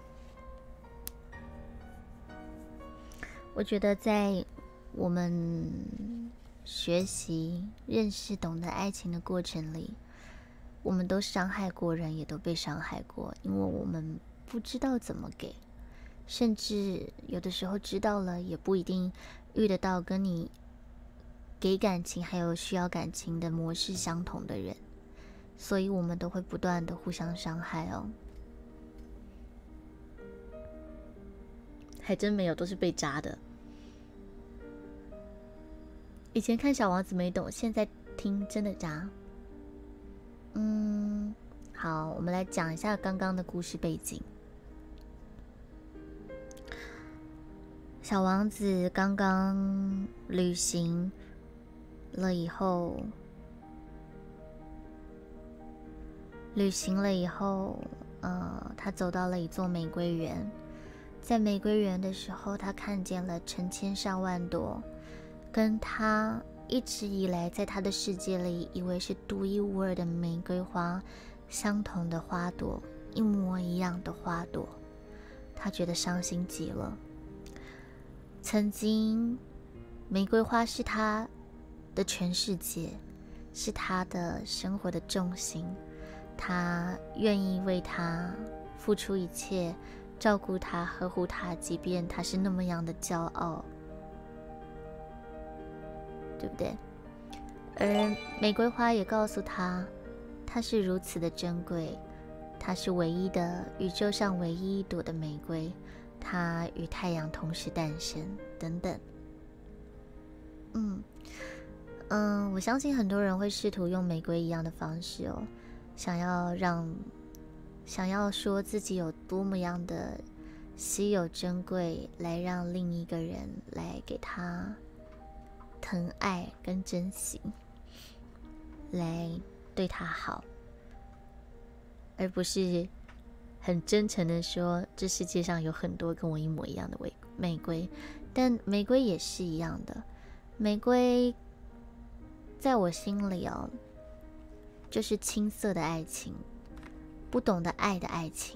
我觉得在我们学习、认识、懂得爱情的过程里，我们都伤害过人，也都被伤害过，因为我们不知道怎么给，甚至有的时候知道了，也不一定遇得到跟你给感情还有需要感情的模式相同的人，所以我们都会不断的互相伤害哦。还真没有，都是被渣的。以前看小王子没懂，现在听真的渣。 好，我们来讲一下刚刚的故事背景。小王子刚刚旅行了以后，他走到了一座玫瑰园。在玫瑰园的时候，他看见了成千上万朵跟他一直以来在他的世界里以为是独一无二的玫瑰花相同的花朵，一模一样的花朵。他觉得伤心极了。曾经玫瑰花是他的全世界，是他的生活的重心，他愿意为他付出一切，照顾他，呵护他，即便他是那么样的骄傲，对不对？而玫瑰花也告诉他，他是如此的珍贵，他是唯一的，宇宙上唯一一朵的玫瑰，它与太阳同时诞生，等等。我相信很多人会试图用玫瑰一样的方式哦，想要说自己有多么样的稀有珍贵，来让另一个人来给他疼爱跟珍惜，来对他好，而不是很真诚的说这世界上有很多跟我一模一样的玫瑰。但玫瑰也是一样的，玫瑰在我心里哦，就是青涩的爱情，不懂得爱的爱情。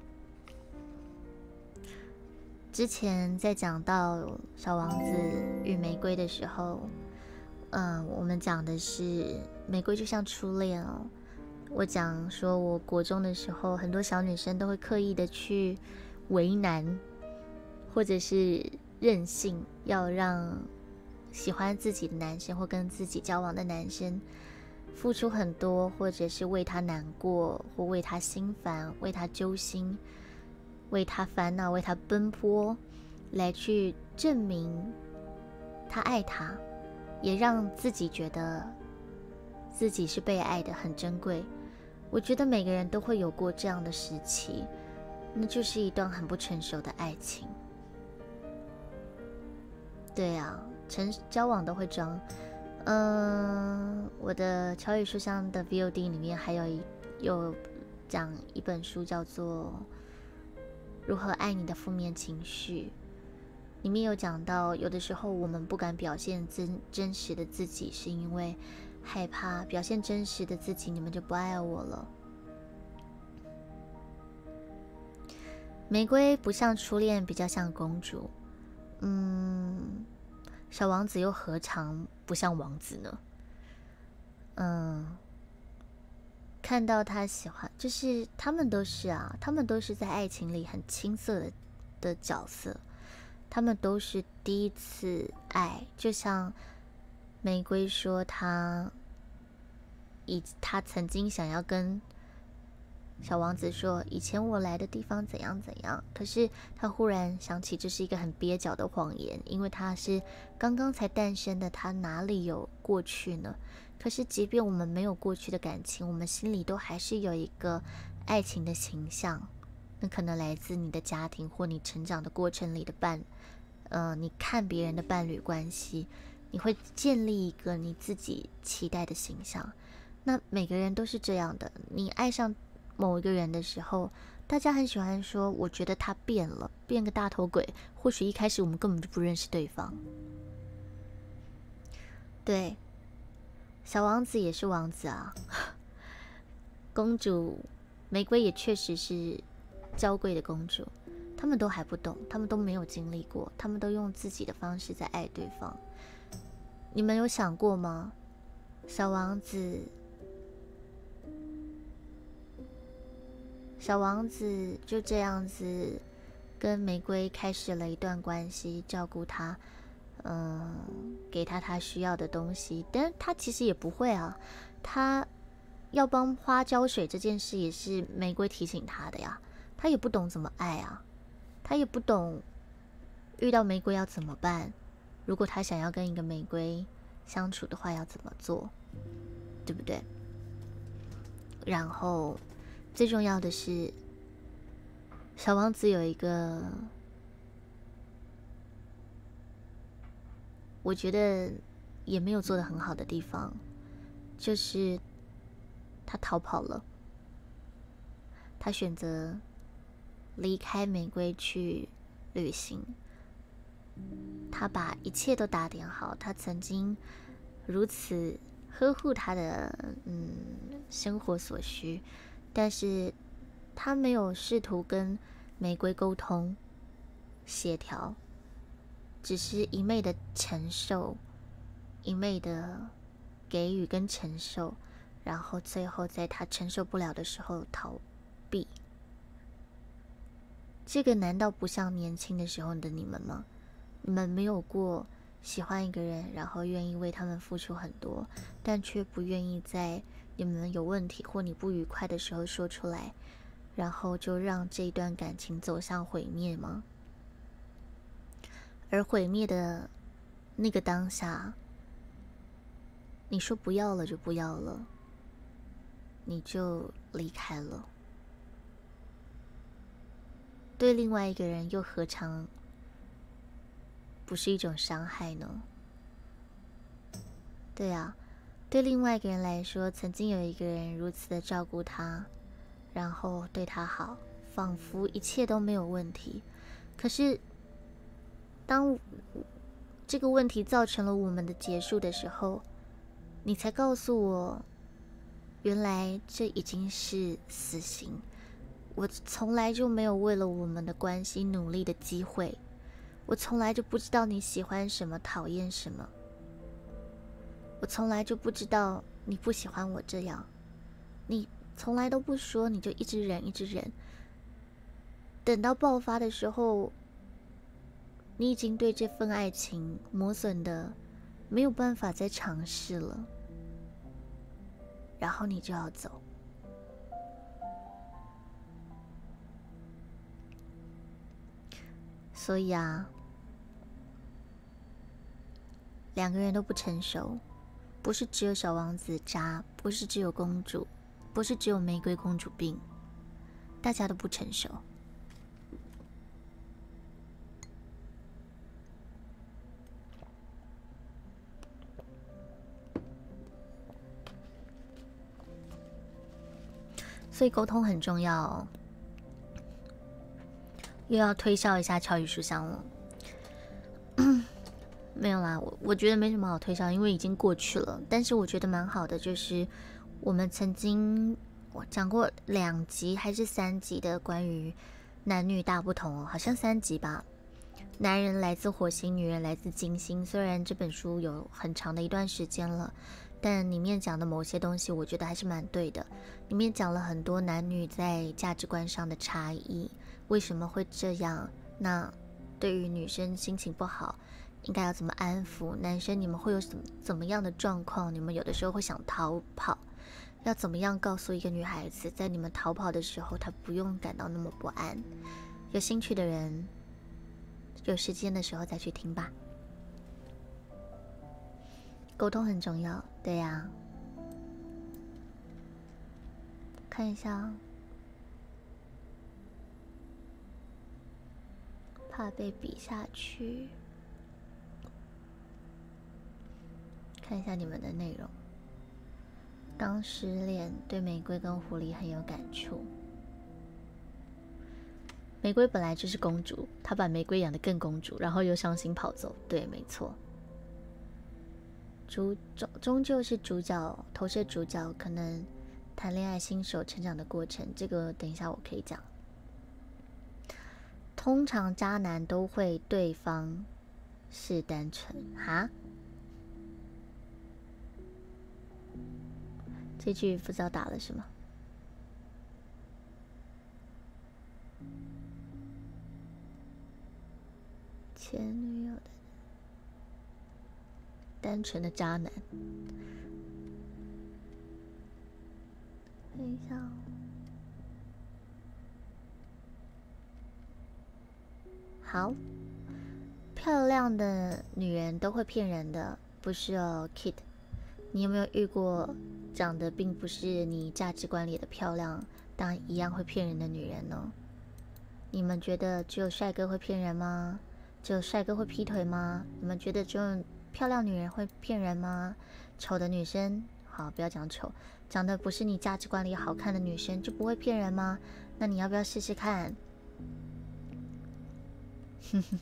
之前在讲到小王子与玫瑰的时候，我们讲的是玫瑰就像初恋哦。我讲说我国中的时候，很多小女生都会刻意的去为难，或者是任性，要让喜欢自己的男生或跟自己交往的男生付出很多，或者是为他难过，或为他心烦，为他揪心，为他烦恼，为他奔波，来去证明他爱他，也让自己觉得自己是被爱的，很珍贵。我觉得每个人都会有过这样的时期，那就是一段很不成熟的爱情。对啊，交往都会装。我的乔语书香的 VOD 里面还有讲一本书叫做《如何爱你的负面情绪》，里面有讲到，有的时候我们不敢表现真实的自己，是因为害怕表现真实的自己，你们就不爱我了。玫瑰不像初恋，比较像公主。小王子又何尝不像王子呢？看到他喜欢，就是他们都是在爱情里很青涩的角色，他们都是第一次爱。就像玫瑰说他曾经想要跟小王子说，以前我来的地方怎样怎样，可是他忽然想起这是一个很蹩脚的谎言，因为他是刚刚才诞生的，他哪里有过去呢？可是即便我们没有过去的感情，我们心里都还是有一个爱情的形象，那可能来自你的家庭或你成长的过程里的你看别人的伴侣关系，你会建立一个你自己期待的形象。那每个人都是这样的，你爱上某一个人的时候，大家很喜欢说，我觉得他变了，变个大头鬼，或许一开始我们根本就不认识对方。对，小王子也是王子啊，公主玫瑰也确实是娇贵的公主，他们都还不懂，他们都没有经历过，他们都用自己的方式在爱对方。你们有想过吗？小王子就这样子跟玫瑰开始了一段关系，照顾她，给她需要的东西。但他其实也不会啊，他要帮花浇水这件事也是玫瑰提醒他的呀。他也不懂怎么爱啊，他也不懂遇到玫瑰要怎么办。如果他想要跟一个玫瑰相处的话，要怎么做，对不对？然后最重要的是，小王子有一个我觉得也没有做得很好的地方，就是他逃跑了，他选择离开玫瑰去旅行，他把一切都打点好，他曾经如此呵护他的生活所需，但是他没有试图跟玫瑰沟通协调，只是一昧的承受，一昧的给予跟承受，然后最后在他承受不了的时候逃避。这个难道不像年轻的时候的你们吗？你们没有过喜欢一个人，然后愿意为他们付出很多，但却不愿意在你们有问题或你不愉快的时候说出来，然后就让这一段感情走向毁灭吗？而毁灭的那个当下，你说不要了就不要了，你就离开了，对另外一个人又何尝不是一种伤害呢？对啊，对另外一个人来说，曾经有一个人如此的照顾他，然后对他好，仿佛一切都没有问题。可是当这个问题造成了我们的结束的时候，你才告诉我，原来这已经是死刑。我从来就没有为了我们的关系努力的机会，我从来就不知道你喜欢什么，讨厌什么，我从来就不知道你不喜欢我这样，你从来都不说，你就一直忍，一直忍。等到爆发的时候，你已经对这份爱情磨损的没有办法再尝试了，然后你就要走。所以啊，两个人都不成熟，不是只有小王子渣，不是只有公主，不是只有玫瑰公主病，大家都不成熟。所以沟通很重要哦。又要推销一下乔语书香了。没有啦，我觉得没什么好推销，因为已经过去了。但是我觉得蛮好的，就是我们曾经我讲过2集还是3集的关于男女大不同哦，好像3集吧。男人来自火星，女人来自金星。虽然这本书有很长的一段时间了，但里面讲的某些东西，我觉得还是蛮对的。里面讲了很多男女在价值观上的差异，为什么会这样？那对于女生心情不好，应该要怎么安抚？男生你们会有怎么样的状况？你们有的时候会想逃跑，要怎么样告诉一个女孩子，在你们逃跑的时候，她不用感到那么不安？有兴趣的人，有时间的时候再去听吧。沟通很重要，对呀。看一下，怕被比下去。看一下你们的内容。刚失恋，对玫瑰跟狐狸很有感触。玫瑰本来就是公主，她把玫瑰养得更公主，然后又伤心跑走。对，没错。终究是主角投射主角可能谈恋爱新手成长的过程，这个等一下我可以讲。通常渣男都会对方是单纯哈，这句不知道打了什么。前女友的单纯的渣男。等一下哦。好，漂亮的女人都会骗人的，不是哦 ，Kid。你有没有遇过长得并不是你价值观里的漂亮， 当一样会骗人的女人呢？你们觉得只有帅哥会骗人吗？只有帅哥会劈腿吗？你们觉得只有漂亮女人会骗人吗？丑的女生，好，不要讲丑，长得不是你价值观里好看的女生就不会骗人吗？那你要不要试试看？哼哼。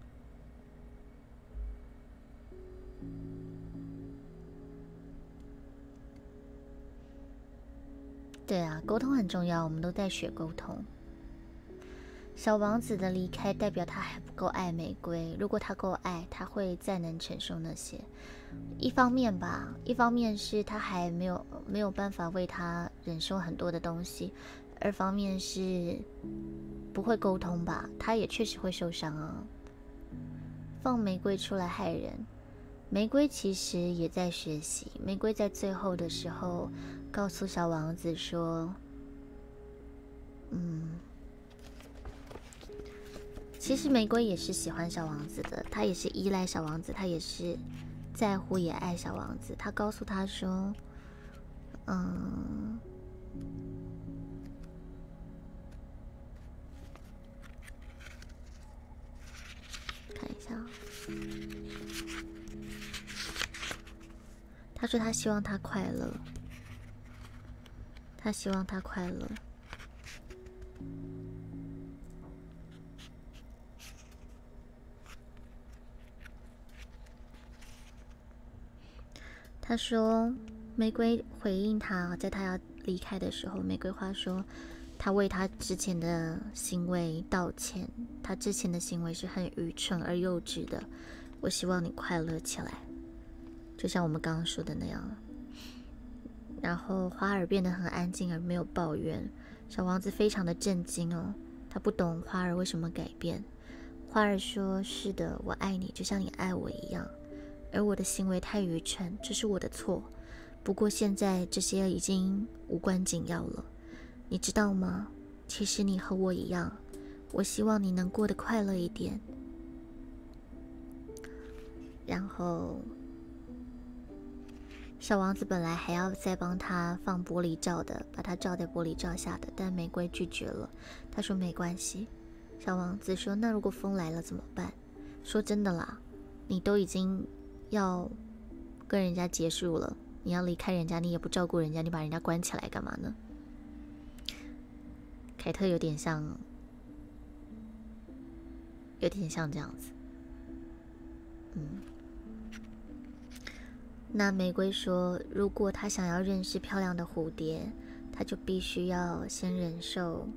对啊，沟通很重要，我们都在学沟通。小王子的离开代表他还不够爱玫瑰，如果他够爱，他会再能承受那些。一方面吧，一方面是他还没有办法为他忍受很多的东西，二方面是不会沟通吧，他也确实会受伤啊。放玫瑰出来害人，玫瑰其实也在学习。玫瑰在最后的时候告诉小王子说：“其实玫瑰也是喜欢小王子的，她也是依赖小王子，她也是在乎也爱小王子。她告诉他说，看一下，他说他希望他快乐，他希望他快乐。”他说，玫瑰回应他，在他要离开的时候，玫瑰花说，他为他之前的行为道歉，他之前的行为是很愚蠢而幼稚的。我希望你快乐起来，就像我们刚刚说的那样。然后花儿变得很安静而没有抱怨，小王子非常的震惊哦，他不懂花儿为什么改变。花儿说：“是的，我爱你，就像你爱我一样。而我的行为太愚蠢，这是我的错。不过现在这些已经无关紧要了，你知道吗？其实你和我一样，我希望你能过得快乐一点。”然后，小王子本来还要再帮他放玻璃罩的，把他罩在玻璃罩下的，但玫瑰拒绝了。他说没关系。小王子说：“那如果风来了怎么办？”说真的啦，你都已经要跟人家结束了，你要离开人家，你也不照顾人家，你把人家关起来干嘛呢？凯特有点像这样子。那玫瑰说，如果他想要认识漂亮的蝴蝶，他就必须要先忍受，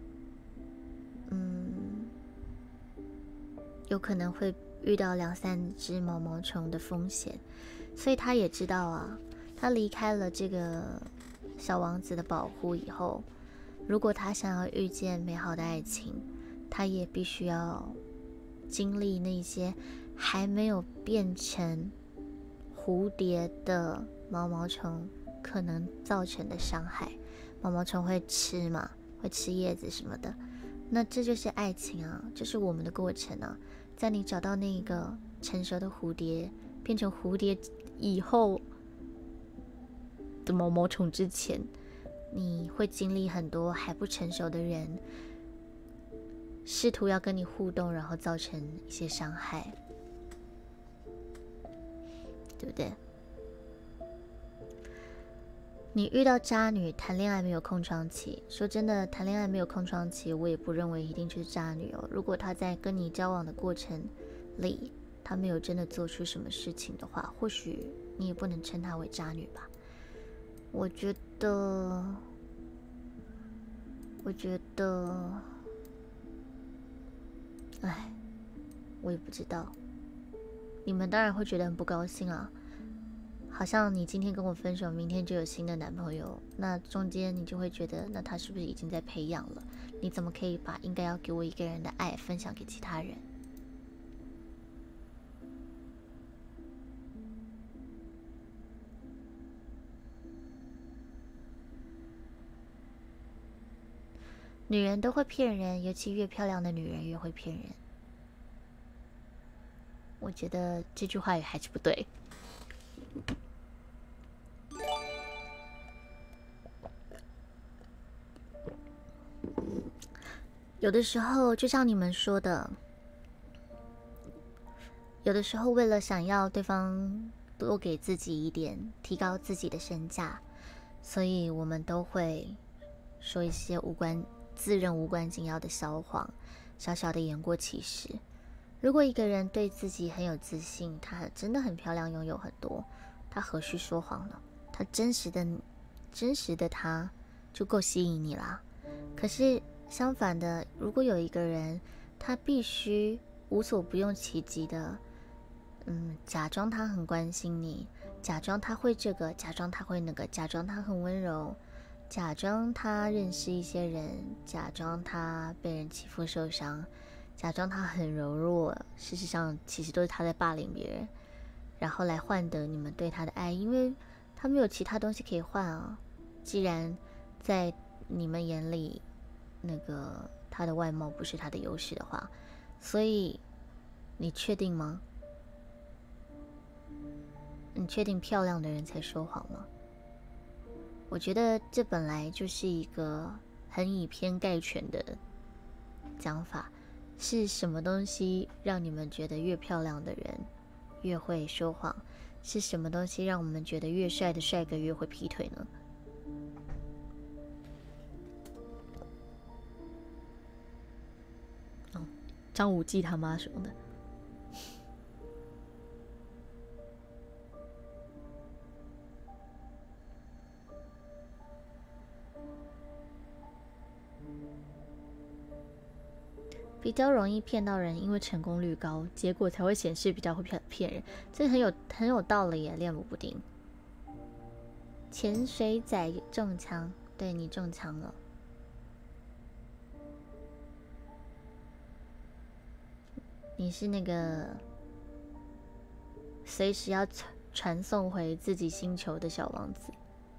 有可能会遇到2-3只毛毛虫的风险，所以他也知道啊，他离开了这个小王子的保护以后，如果他想要遇见美好的爱情，他也必须要经历那些还没有变成蝴蝶的毛毛虫可能造成的伤害。毛毛虫会吃嘛，会吃叶子什么的，那这就是爱情啊，这是我们的过程啊。在你找到那个成熟的蝴蝶，变成蝴蝶以后的毛毛虫之前，你会经历很多还不成熟的人试图要跟你互动，然后造成一些伤害，对不对？你遇到渣女，谈恋爱没有空窗期。说真的，谈恋爱没有空窗期，我也不认为一定就是渣女哦。如果她在跟你交往的过程里，她没有真的做出什么事情的话，或许你也不能称她为渣女吧。我觉得，哎，我也不知道。你们当然会觉得很不高兴啊。好像你今天跟我分手，明天就有新的男朋友，那中间你就会觉得，那他是不是已经在培养了？你怎么可以把应该要给我一个人的爱分享给其他人？女人都会骗人，尤其越漂亮的女人越会骗人。我觉得这句话也还是不对。 有的时候就像你们说的，有的时候为了想要对方多给自己一点，提高自己的身价，所以我们都会说一些自认无关紧要的小谎，小小的言过其实。如果一个人对自己很有自信，他真的很漂亮，拥有很多，他何须说谎呢？他真实的他就够吸引你啦。可是相反的，如果有一个人，他必须无所不用其极的，假装他很关心你，假装他会这个，假装他会那个，假装他很温柔，假装他认识一些人，假装他被人欺负受伤，假装他很柔弱，事实上其实都是他在霸凌别人，然后来换得你们对他的爱，因为他没有其他东西可以换啊。既然在你们眼里，那个他的外貌不是他的优势的话，所以你确定吗？你确定漂亮的人才说谎吗？我觉得这本来就是一个很以偏概全的讲法。是什么东西让你们觉得越漂亮的人越会说谎？是什么东西让我们觉得越帅的帅哥越会劈腿呢？张无忌他妈说的。比较容易骗到人，因为成功率高，结果才会显示比较会骗人。这很有道理耶，练不丁。潜水仔中枪，对你中枪了。你是那个随时要传送回自己星球的小王子。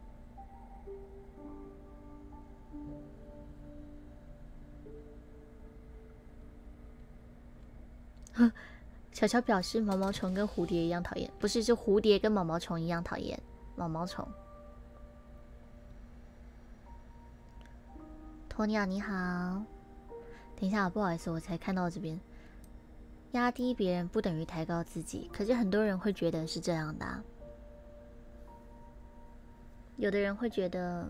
小乔表示毛毛虫跟蝴蝶一样讨厌，不是，是蝴蝶跟毛毛虫一样讨厌。毛毛虫。鸵鸟你好，等一下，不好意思，我才看到这边。压低别人不等于抬高自己，可是很多人会觉得是这样的啊。有的人会觉得，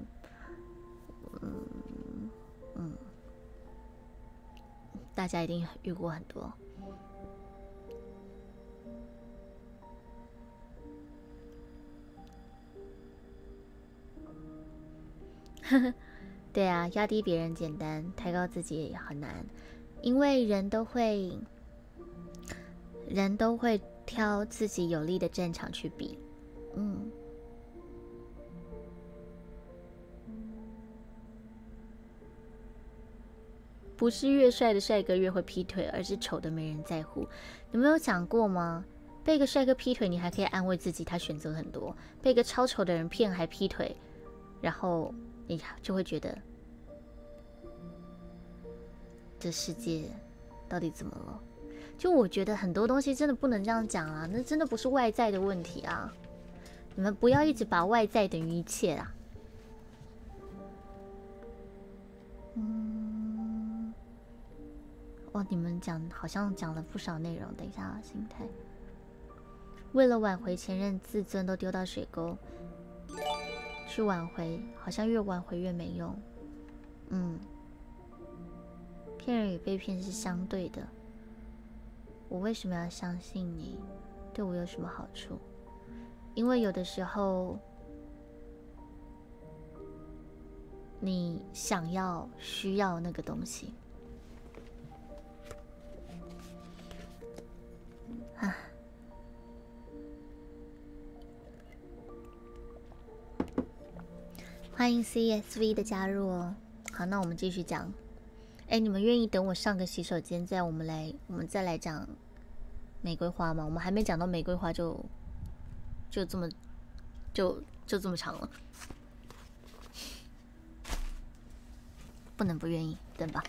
大家一定遇过很多。对啊，压低别人简单，抬高自己也很难，因为人都会挑自己有利的战场去比。不是越帅的帅哥越会劈腿，而是丑的没人在乎。你没有想过吗？被一个帅哥劈腿，你还可以安慰自己他选择很多；被一个超丑的人骗还劈腿，然后你就会觉得这世界到底怎么了？就我觉得很多东西真的不能这样讲啊，那真的不是外在的问题啊！你们不要一直把外在等于一切啊！哇，你们好像讲了不少内容。等一下，心态。为了挽回前任，自尊都丢到水沟，去挽回，好像越挽回越没用。骗人与被骗是相对的。我为什么要相信你？对我有什么好处？因为有的时候，你想要、需要那个东西。欢迎 CSV 的加入哦。好，那我们继续讲。哎，你们愿意等我上个洗手间，我们再来讲玫瑰花吗？我们还没讲到玫瑰花就这么长了，不能不愿意，等吧。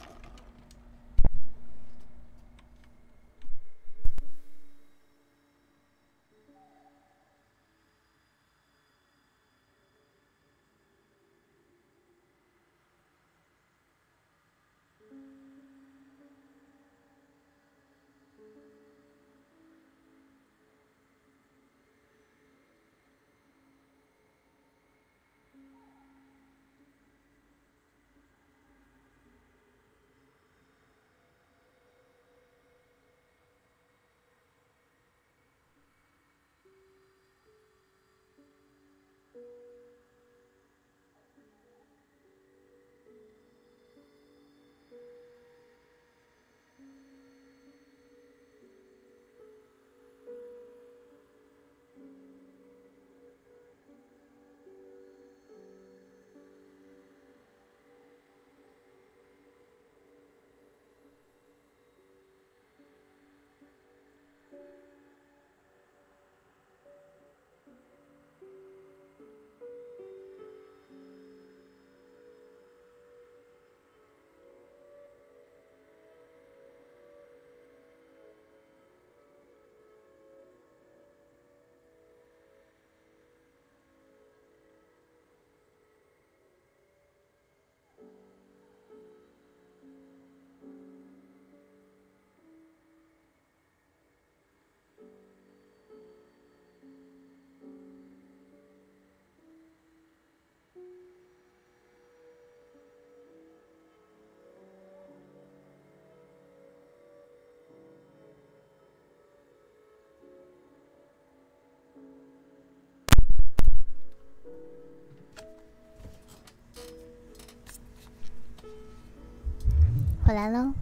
回来喽。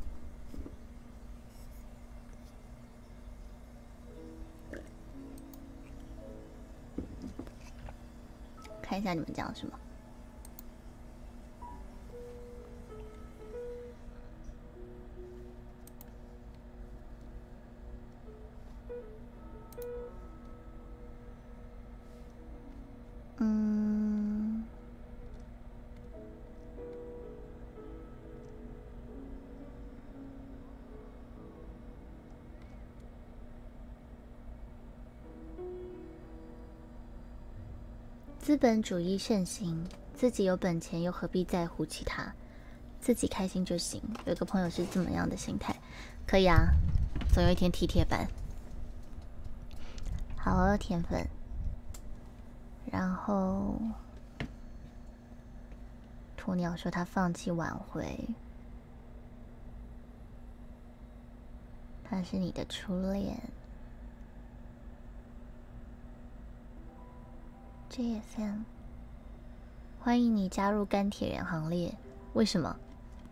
看一下你们讲什么。资本主义盛行，自己有本钱又何必在乎其他？自己开心就行。有个朋友是这么样的心态，可以啊，总有一天踢铁板。好，甜粉。然后鸵鸟说他放弃挽回，他是你的初恋。JSM， 欢迎你加入钢铁人行列。为什么？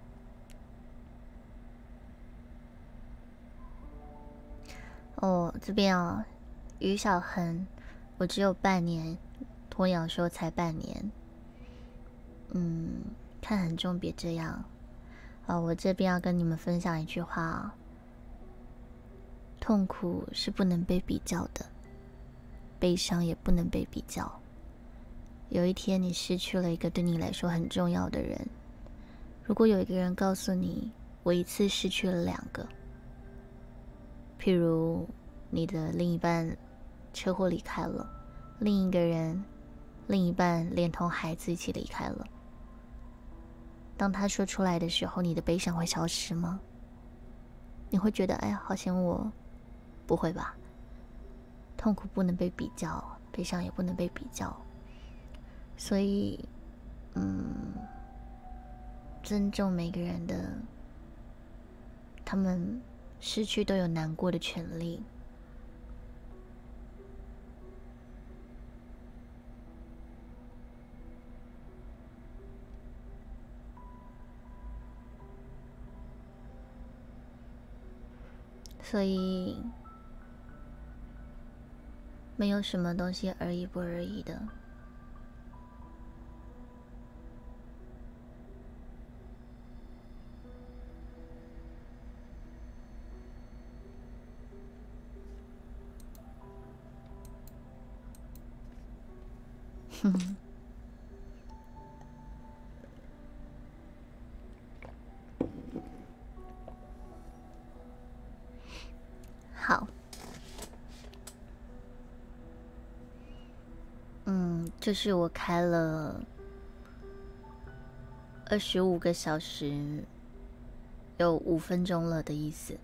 哦，这边啊，于小恒，我只有半年，鸵鸟说才半年。看很重，别这样。我这边要跟你们分享一句话啊，痛苦是不能被比较的，悲伤也不能被比较。有一天你失去了一个对你来说很重要的人，如果有一个人告诉你，我一次失去了2个，譬如你的另一半车祸离开了，另一半连同孩子一起离开了，当他说出来的时候，你的悲伤会消失吗？你会觉得哎呀好嫌我？不会吧。痛苦不能被比较，悲伤也不能被比较，所以尊重每个人的，他们失去都有难过的权利。所以没有什么东西而已不而已的。好，就是我开了25个小时，有5分钟了的意思。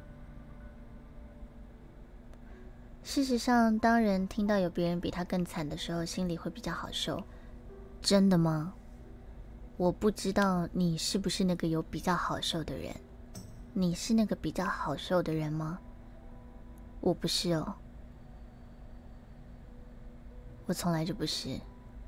事实上，当人听到有别人比他更惨的时候，心里会比较好受。真的吗？我不知道你是不是那个有比较好受的人。你是那个比较好受的人吗？我不是哦，我从来就不是。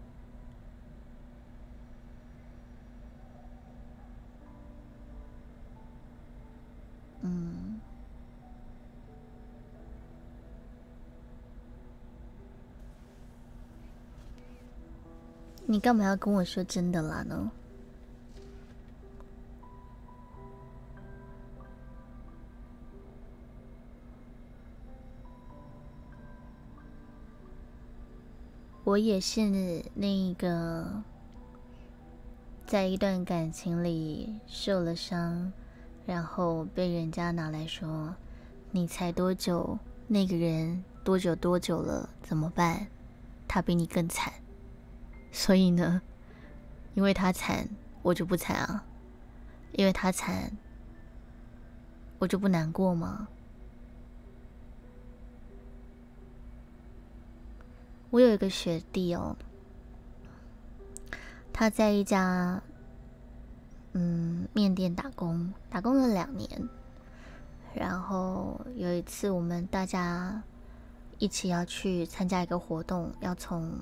你干嘛要跟我说真的啦呢？我也是那一个在一段感情里受了伤，然后被人家拿来说你才多久，那个人多久了，怎么办？他比你更惨。所以呢，因为他惨，我就不惨啊。因为他惨，我就不难过吗？我有一个学弟哦，他在一家面店打工了2年，然后有一次我们大家一起要去参加一个活动，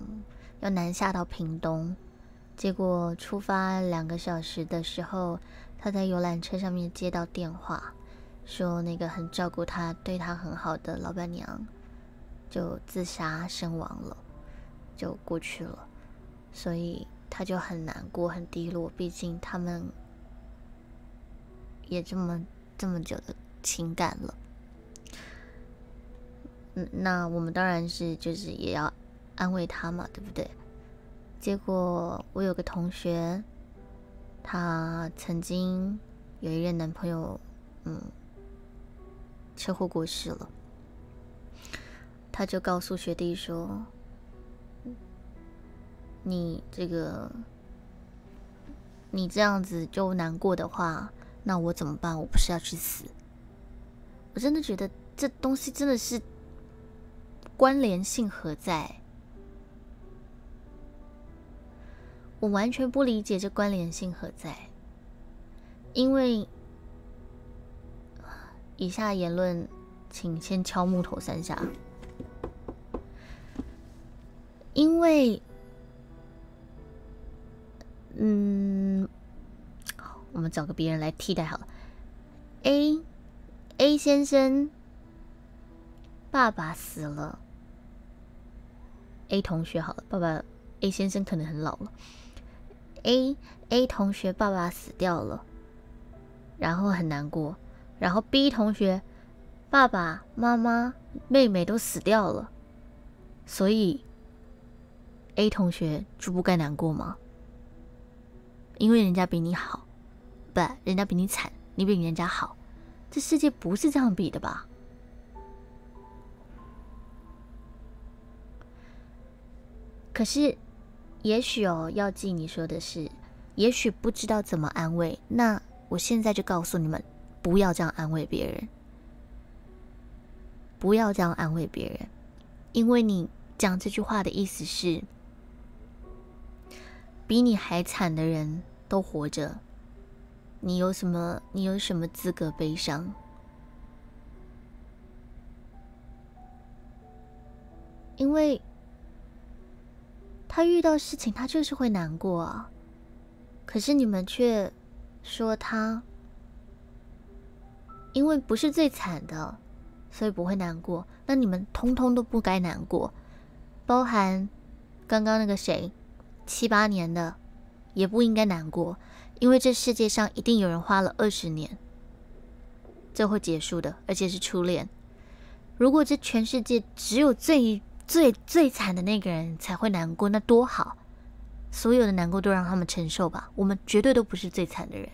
要南下到屏东，结果出发2个小时的时候， 他在游览车上面接到电话，说那个很照顾他、对他很好的老板娘就自杀身亡了，就过去了，所以他就很难过、很低落。毕竟他们也这么久的情感了。那我们当然是就是也要安慰他嘛，对不对？结果我有个同学，她曾经有一任男朋友，车祸过世了。她就告诉学弟说：“你这样子就难过的话，那我怎么办？我不是要去死？”我真的觉得这东西真的是关联性何在？我完全不理解这关联性何在，因为以下言论请先敲木头3下，因为我们找个别人来替代好了。A 先生爸爸死了， A 同学好了，爸爸 A 先生可能很老了。A 同学爸爸死掉了，然后很难过。然后 B 同学爸爸妈妈妹妹都死掉了，所以 A 同学就不该难过吗？因为人家比你好，不，人家比你惨，你比人家好，这世界不是这样比的吧？可是也许要记你说的是，也许不知道怎么安慰，那我现在就告诉你们，不要这样安慰别人，不要这样安慰别人，因为你讲这句话的意思是，比你还惨的人都活着，你有什么资格悲伤？因为他遇到事情，他就是会难过啊。可是你们却说他因为不是最惨的，所以不会难过。那你们通通都不该难过，包含刚刚那个谁7、8年的也不应该难过，因为这世界上一定有人花了20年，这会结束的，而且是初恋。如果这全世界只有最惨的那个人才会难过，那多好！所有的难过都让他们承受吧，我们绝对都不是最惨的人。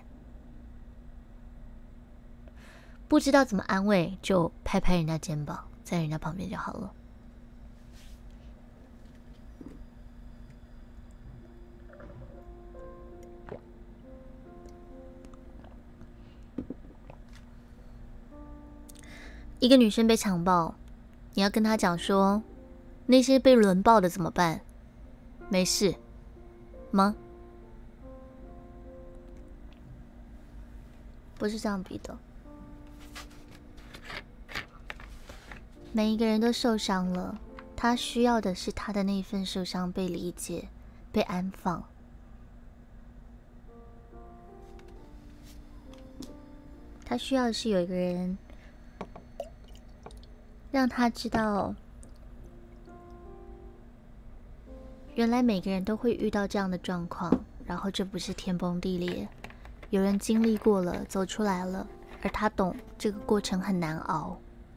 不知道怎么安慰，就拍拍人家肩膀，在人家旁边就好了。一个女生被强暴，你要跟她讲说，那些被轮暴的怎么办？没事吗？不是这样比的。每一个人都受伤了，他需要的是他的那一份受伤被理解、被安放。他需要的是有一个人让他知道，原来每个人都会遇到这样的状况，然后这不是天崩地裂，有人经历过了，走出来了，而他懂这个过程很难熬。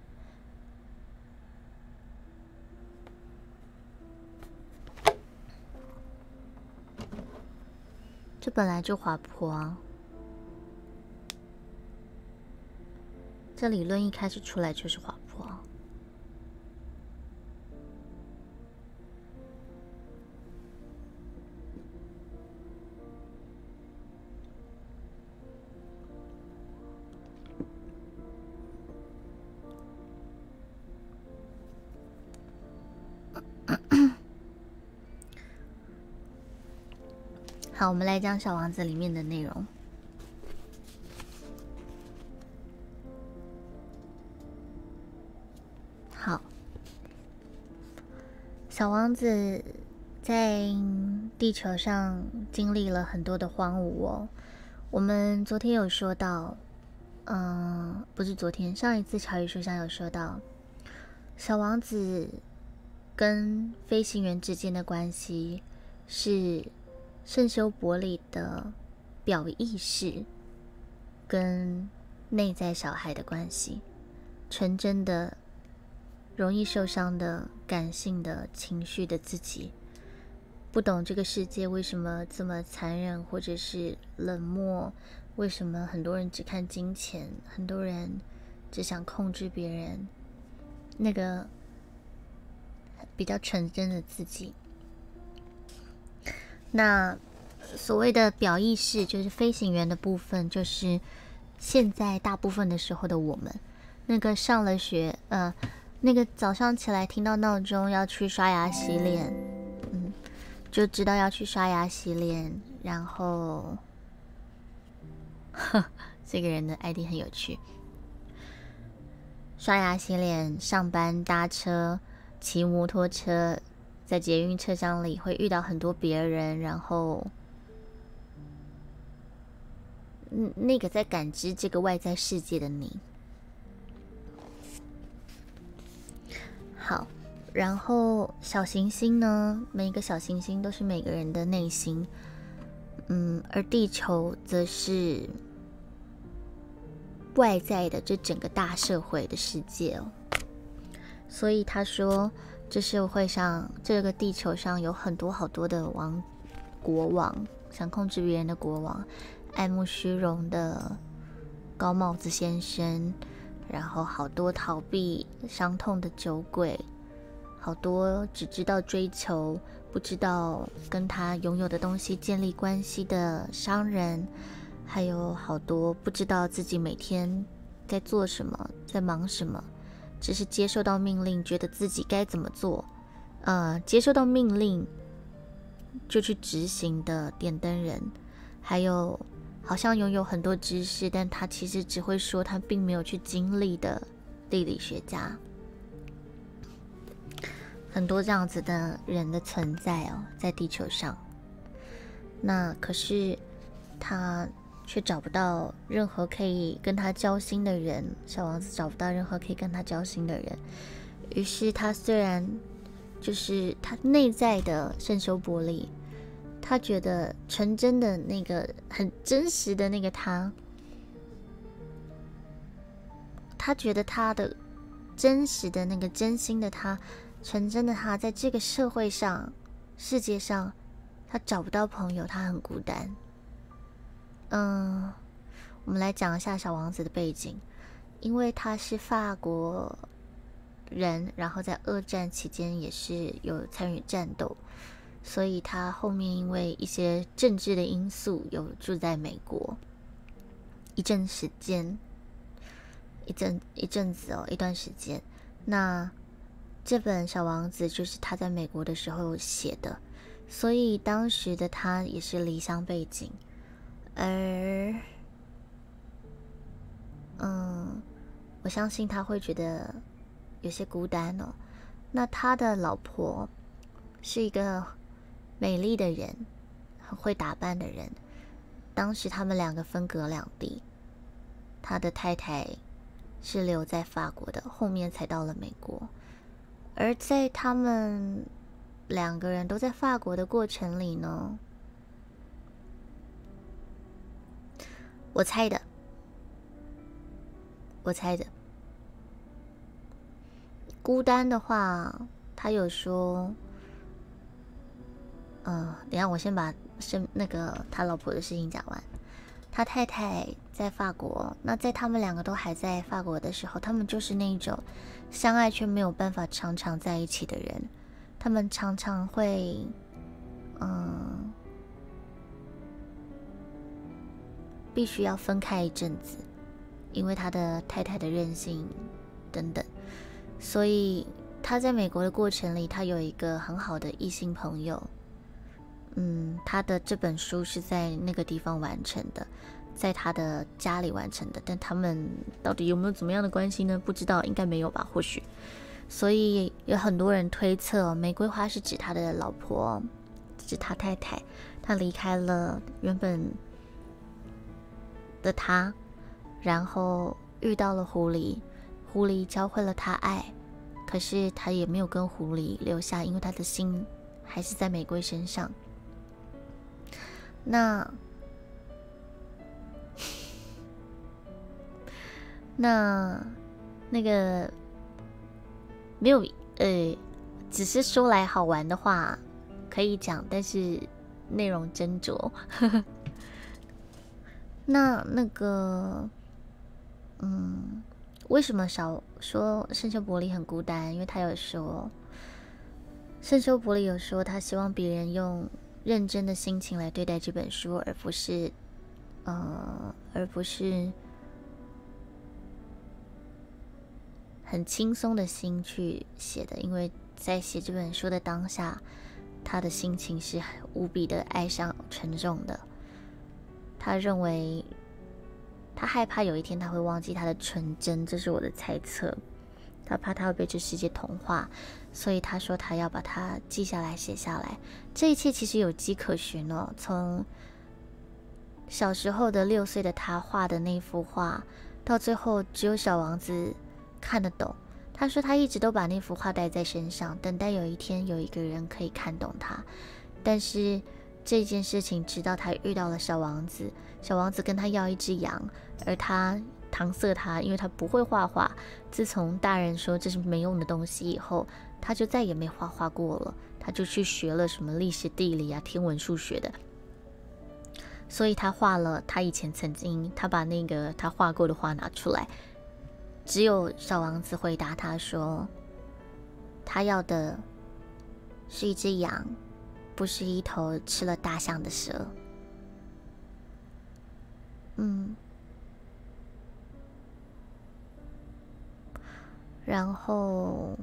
这本来就滑坡啊，这理论一开始出来就是滑坡啊。好，我们来讲《小王子》里面的内容。好，小王子在地球上经历了很多的荒芜哦。 我们昨天有说到，不是昨天，上一次潮语书香有说到，小王子跟飞行员之间的关系是圣修伯里的表意识跟内在小孩的关系，纯真的、容易受伤的、感性的、情绪的自己，不懂这个世界为什么这么残忍或者是冷漠，为什么很多人只看金钱，很多人只想控制别人，那个比较纯真的自己。那所谓的表意识就是飞行员的部分，就是现在大部分的时候的我们，那个上了学，那个早上起来听到闹钟要去刷牙洗脸，就知道要去刷牙洗脸，然后这个人的 ID 很有趣，刷牙洗脸、上班、搭车、骑摩托车，在捷运车厢里会遇到很多别人，然后那个在感知这个外在世界的你。好，然后小行星呢，每一个小行星都是每个人的内心，而地球则是外在的这整个大社会的世界哦。所以他说，这社会上，这个地球上有很多好多的国王，想控制别人的国王，爱慕虚荣的高帽子先生，然后好多逃避伤痛的酒鬼，好多只知道追求，不知道跟他拥有的东西建立关系的商人，还有好多不知道自己每天在做什么，在忙什么，只是接受到命令，觉得自己该怎么做，接受到命令就去执行的点灯人，还有好像拥有很多知识，但他其实只会说，他并没有去经历的地理学家，很多这样子的人的存在哦，在地球上。那可是他却找不到任何可以跟他交心的人，小王子找不到任何可以跟他交心的人。于是他虽然就是他内在的圣修伯里，他觉得纯真的那个很真实的那个他觉得他的真实的那个真心的他，纯真的他，在这个社会上世界上他找不到朋友，他很孤单。我们来讲一下小王子的背景，因为他是法国人，然后在二战期间也是有参与战斗，所以他后面因为一些政治的因素有住在美国一阵时间，一阵子哦，一段时间。那这本小王子就是他在美国的时候写的，所以当时的他也是离乡背景，而我相信他会觉得有些孤单哦。那他的老婆是一个美丽的人，很会打扮的人。当时他们两个分隔两地，他的太太是留在法国的，后面才到了美国。而在他们两个人都在法国的过程里呢，我猜的，孤单的话，他有说，等一下我先把那个他老婆的事情讲完。他太太在法国，那在他们两个都还在法国的时候，他们就是那一种相爱却没有办法常常在一起的人。他们常常会，必须要分开一阵子，因为他的太太的任性等等。所以他在美国的过程里，他有一个很好的异性朋友。他的这本书是在那个地方完成的，在他的家里完成的，但他们到底有没有怎么样的关系呢？不知道，应该没有吧，或许。所以有很多人推测，玫瑰花是指他的老婆，指他太太，他离开了原本的他，然后遇到了狐狸，狐狸教会了他爱，可是他也没有跟狐狸留下，因为他的心还是在玫瑰身上。那个没有只是说来好玩的话可以讲，但是内容斟酌。那个为什么少说圣修伯里很孤单？因为他有说，圣修伯里有说他希望别人用认真的心情来对待这本书，而不是很轻松的心去写的，因为在写这本书的当下，他的心情是无比的哀伤沉重的。他认为他害怕有一天他会忘记他的纯真，这是我的猜测。他怕他会被这世界同化，所以他说他要把它记下来写下来。这一切其实有迹可循哦，从小时候的6岁的他画的那幅画，到最后只有小王子看得懂。他说他一直都把那幅画带在身上，等待有一天有一个人可以看懂他。但是这件事情直到他遇到了小王子，小王子跟他要一只羊，而他搪塞他，因为他不会画画。自从大人说这是没用的东西以后，他就再也没画画过了。他就去学了什么历史地理啊、天文数学的。所以他画了他以前他把那个他画过的画拿出来。只有小王子回答他说，他要的是一只羊，不是一头吃了大象的蛇。然后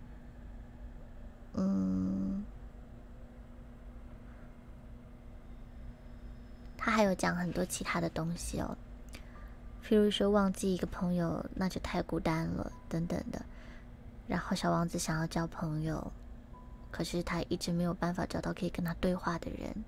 他还有讲很多其他的东西哦，譬如说忘记一个朋友那就太孤单了等等的。然后小王子想要交朋友，可是他一直没有办法找到可以跟他对话的人。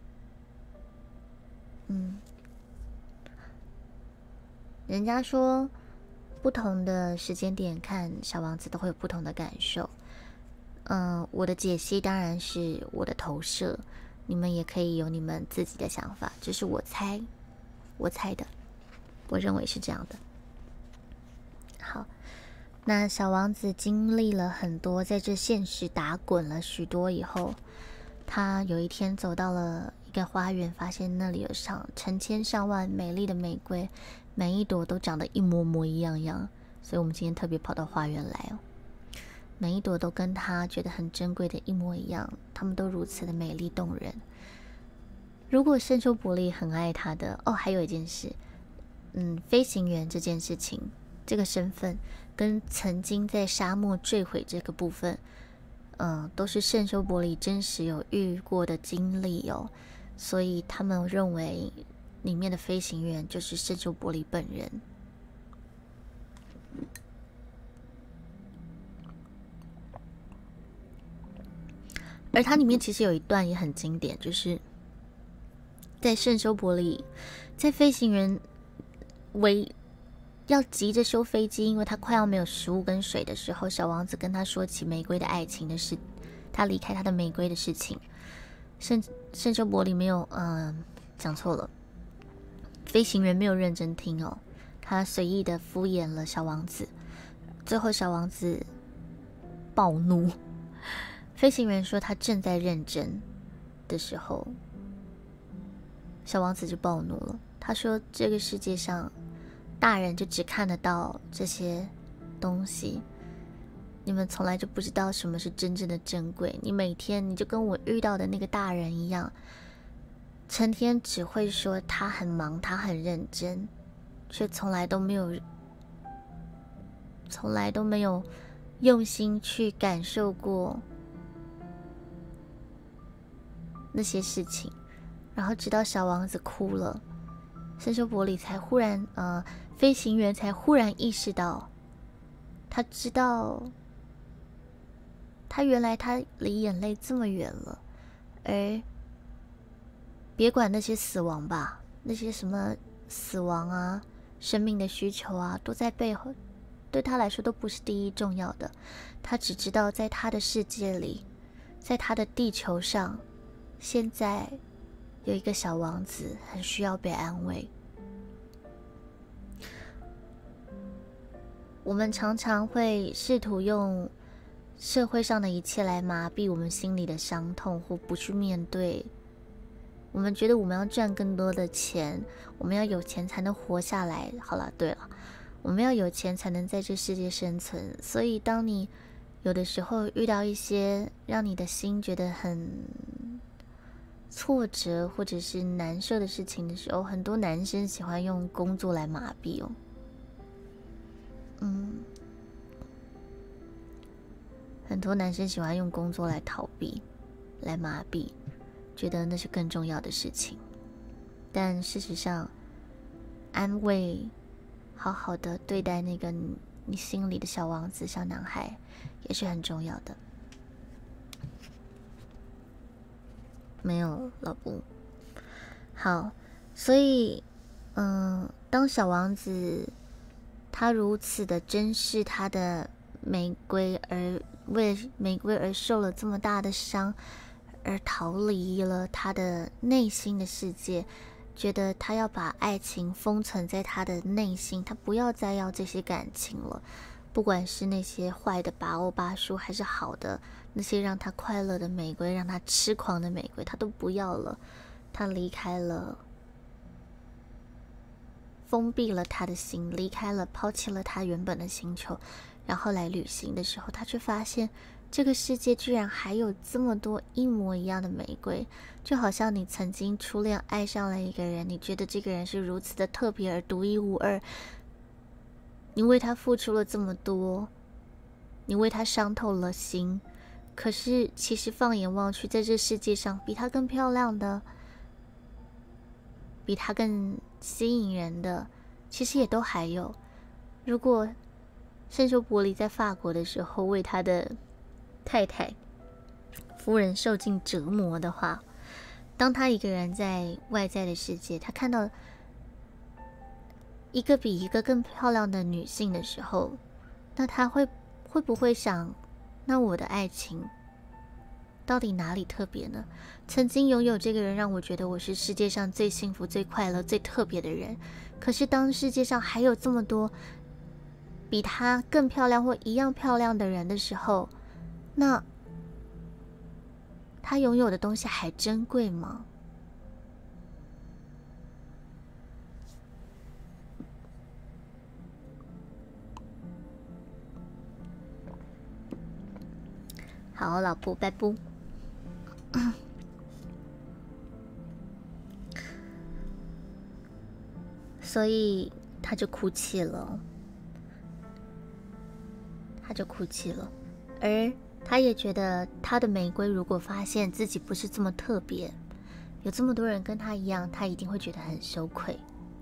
人家说不同的时间点看小王子都会有不同的感受。我的解析当然是我的投射，你们也可以有你们自己的想法，这是我猜的，我认为是这样的。好，那小王子经历了很多，在这现实打滚了许多以后，他有一天走到了一个花园，发现那里有成千上万美丽的玫瑰，每一朵都长得一模模一样样，所以我们今天特别跑到花园来哦。每一朵都跟他觉得很珍贵的一模一样，他们都如此的美丽动人。如果圣修伯里很爱他的还有一件事，飞行员这件事情，这个身份跟曾经在沙漠坠毁这个部分，都是圣修伯里真实有遇过的经历哦，所以他们认为里面的飞行员就是圣修伯里本人。而它里面其实有一段也很经典，就是在圣修伯里，在飞行员要急着修飞机，因为他快要没有食物跟水的时候，小王子跟他说起玫瑰的爱情的事，他离开他的玫瑰的事情。圣修伯里没有讲错了，飞行员没有认真听哦，他随意的敷衍了小王子。最后小王子暴怒，飞行员说他正在认真的时候，小王子就暴怒了。他说这个世界上大人就只看得到这些东西，你们从来就不知道什么是真正的珍贵。你每天就跟我遇到的那个大人一样，成天只会说他很忙，他很认真，却从来都没有用心去感受过那些事情。然后直到小王子哭了，圣修伯里才忽然飞行员才忽然意识到，他知道他原来他离眼泪这么远了。而别管那些死亡吧，那些什么死亡啊， 生命的需求啊，都在背后，对他来说都不是第一重要的。他只知道在他的世界里，在他的地球上，现在有一个小王子很需要被安慰。我们常常会试图用社会上的一切来麻痹我们心里的伤痛，或不去面对。我们觉得我们要赚更多的钱，我们要有钱才能活下来。好了，对了，我们要有钱才能在这世界生存。所以当你有的时候遇到一些让你的心觉得很挫折或者是难受的事情的时候，很多男生喜欢用工作来麻痹哦。很多男生喜欢用工作来逃避，来麻痹，觉得那是更重要的事情。但事实上，安慰，好好的对待那个你心里的小王子、小男孩，也是很重要的。没有，老布。好，所以，当小王子他如此的珍视他的玫瑰，而为玫瑰而受了这么大的伤，而逃离了他的内心的世界，觉得他要把爱情封存在他的内心，他不要再要这些感情了，不管是那些坏的八欧八叔，还是好的那些让他快乐的玫瑰，让他痴狂的玫瑰，他都不要了。他离开了，封闭了他的心，离开了，抛弃了他原本的星球，然后来旅行的时候，他却发现这个世界居然还有这么多一模一样的玫瑰。就好像你曾经初恋爱上了一个人，你觉得这个人是如此的特别而独一无二，你为他付出了这么多，你为他伤透了心，可是其实放眼望去，在这世界上比他更漂亮的，比他更吸引人的，其实也都还有。如果圣修伯里在法国的时候为他的太太夫人受尽折磨的话，当他一个人在外在的世界，他看到一个比一个更漂亮的女性的时候，那他会不会想，那我的爱情到底哪里特别呢？曾经拥有这个人让我觉得我是世界上最幸福、最快乐、最特别的人，可是当世界上还有这么多比她更漂亮或一样漂亮的人的时候，那他拥有的东西还珍贵吗？好，老婆，拜拜。所以他就哭泣了，而他也觉得他的玫瑰如果发现自己不是这么特别，有这么多人跟他一样，他一定会觉得很羞愧。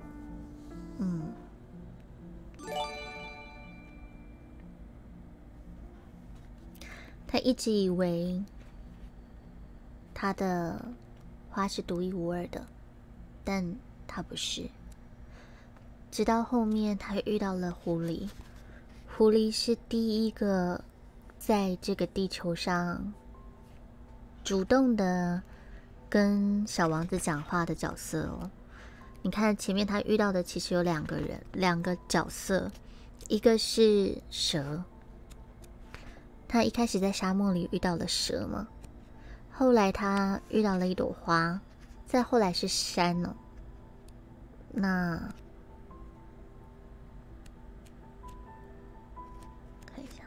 他一直以为他的花是独一无二的，但他不是。直到后面他遇到了狐狸，狐狸是第一个在这个地球上主动的跟小王子讲话的角色哦。你看前面他遇到的其实有两个角色，一个是蛇，他一开始在沙漠里遇到了蛇嘛，后来他遇到了一朵花，再后来是山哦。那看一下，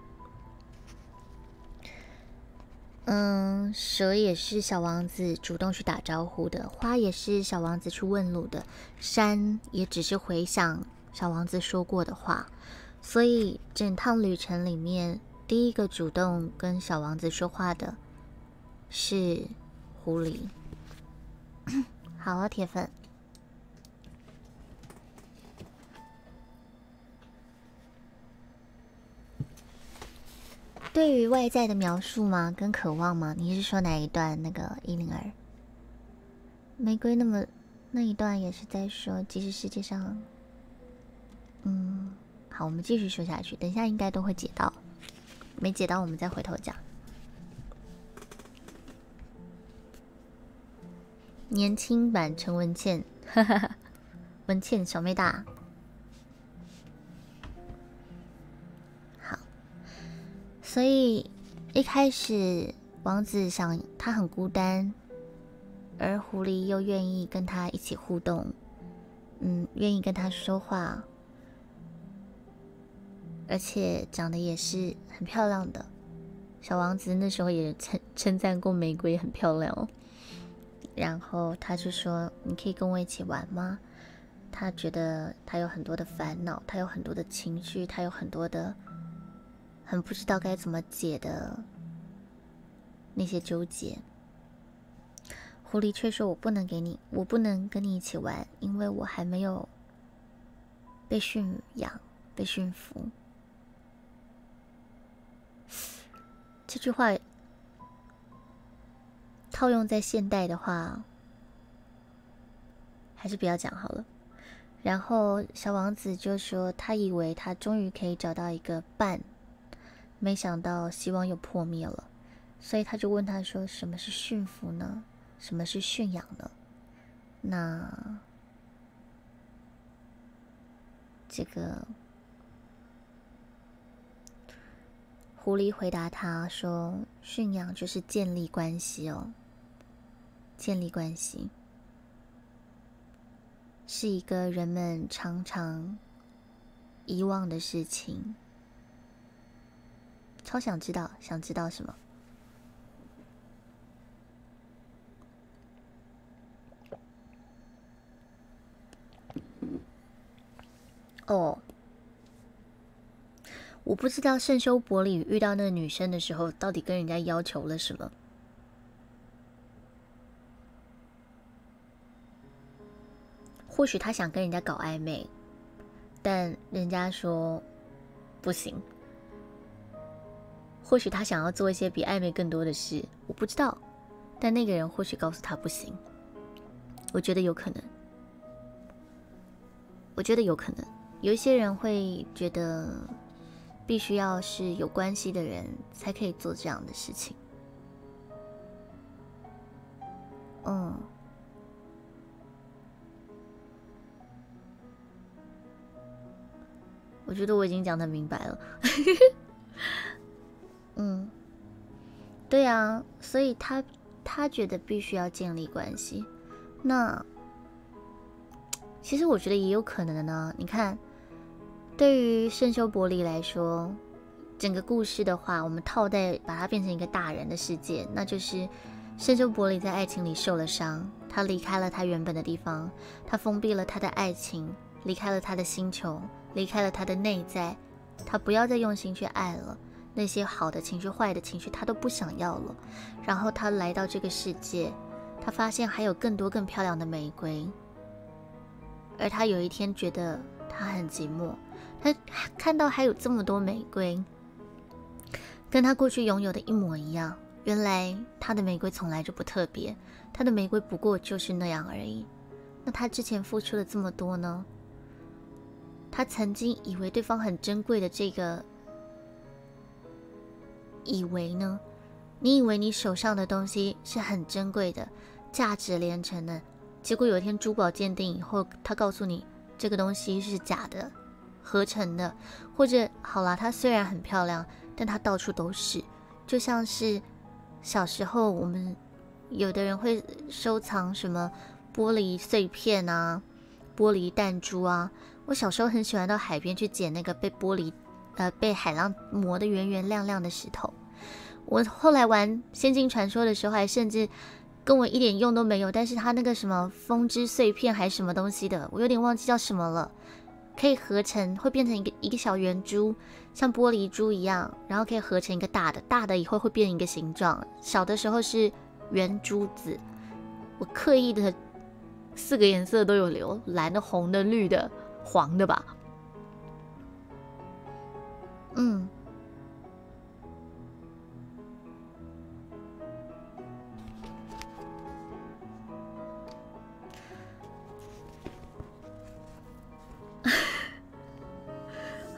蛇也是小王子主动去打招呼的，花也是小王子去问路的，山也只是回想小王子说过的话。所以整趟旅程里面，第一个主动跟小王子说话的是狐狸。好啊，铁粉。对于外在的描述吗？跟渴望吗？你是说哪一段？那个102玫瑰那一段也是在说，即使世界上好，我们继续说下去，等一下应该都会解到，没解到我们再回头讲。年轻版陈文茜，哈哈哈，文茜小妹大。好，所以一开始王子想他很孤单，而狐狸又愿意跟他一起互动，愿意跟他说话。而且长得也是很漂亮的，小王子那时候也称赞过玫瑰很漂亮哦。然后他就说：“你可以跟我一起玩吗？”他觉得他有很多的烦恼，他有很多的情绪，他有很多的很不知道该怎么解的那些纠结。狐狸却说：“我不能跟你一起玩，因为我还没有被驯养、被驯服。”这句话套用在现代的话，还是不要讲好了。然后小王子就说，他以为他终于可以找到一个伴，没想到希望又破灭了，所以他就问他说：“什么是驯服呢？什么是驯养呢？”那这个狐狸回答他说：“驯养就是建立关系哦，建立关系是一个人们常常遗忘的事情。”超想知道什么？哦。我不知道圣修伯里遇到那个女生的时候，到底跟人家要求了什么。或许他想跟人家搞暧昧，但人家说不行。或许他想要做一些比暧昧更多的事，我不知道。但那个人或许告诉他不行。我觉得有可能。有一些人会觉得必须要是有关系的人才可以做这样的事情。我觉得我已经讲得明白了。对啊，所以他觉得必须要建立关系。那其实我觉得也有可能的呢。你看，对于圣修伯里来说，整个故事的话，我们把它变成一个大人的世界，那就是圣修伯里在爱情里受了伤，他离开了他原本的地方，他封闭了他的爱情，离开了他的星球，离开了他的内在，他不要再用心去爱了，那些好的情绪、坏的情绪他都不想要了。然后他来到这个世界，他发现还有更多更漂亮的玫瑰，而他有一天觉得他很寂寞，他看到还有这么多玫瑰跟他过去拥有的一模一样，原来他的玫瑰从来就不特别，他的玫瑰不过就是那样而已。那他之前付出了这么多呢？他曾经以为对方很珍贵的这个以为呢？你以为你手上的东西是很珍贵的，价值连城的，结果有一天珠宝鉴定以后，他告诉你这个东西是假的，合成的，或者好啦，它虽然很漂亮，但它到处都是。就像是小时候我们有的人会收藏什么玻璃碎片啊、玻璃弹珠啊。我小时候很喜欢到海边去捡那个被海浪磨得圆圆亮亮的石头。我后来玩仙境传说的时候，还甚至跟我一点用都没有，但是它那个什么风之碎片还是什么东西的，我有点忘记叫什么了，可以合成，会变成一个小圆珠，像玻璃珠一样，然后可以合成一个大的，大的以后会变一个形状，小的时候是圆珠子。我刻意的4个颜色都有留，蓝的、红的、绿的、黄的吧。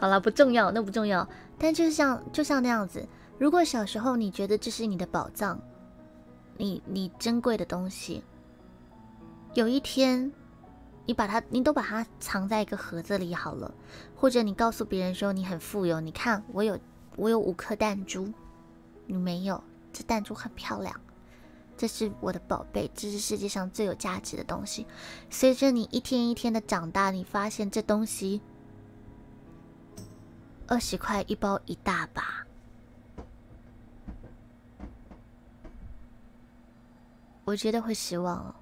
好了，不重要，那不重要。但就像那样子，如果小时候你觉得这是你的宝藏，你珍贵的东西，有一天你都把它藏在一个盒子里好了，或者你告诉别人说你很富有，你看我有5颗弹珠，你没有，这弹珠很漂亮，这是我的宝贝，这是世界上最有价值的东西。随着你一天一天的长大，你发现这东西20块一包一大把，我觉得会失望哦。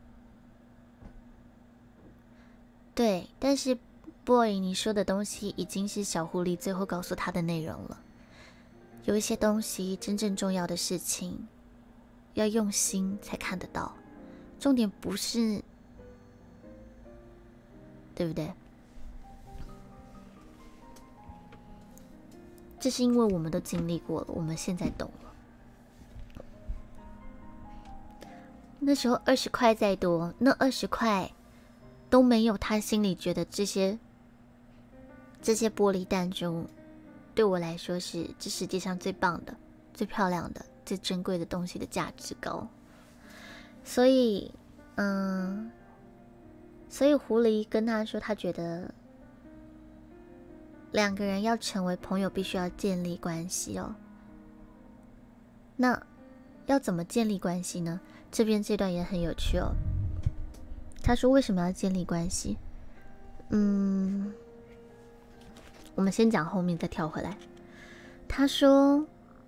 对，但是 boy 你说的东西已经是小狐狸最后告诉他的内容了。有一些东西，真正重要的事情要用心才看得到，重点不是，对不对？这是因为我们都经历过了，我们现在懂了。那时候20块再多，那20块都没有他心里觉得这些玻璃弹珠对我来说是这世界上最棒的、最漂亮的、最珍贵的东西的价值高。所以狐狸跟他说，他觉得2个人要成为朋友，必须要建立关系哦。那要怎么建立关系呢？这边这段也很有趣哦。他说为什么要建立关系？我们先讲后面再跳回来。他说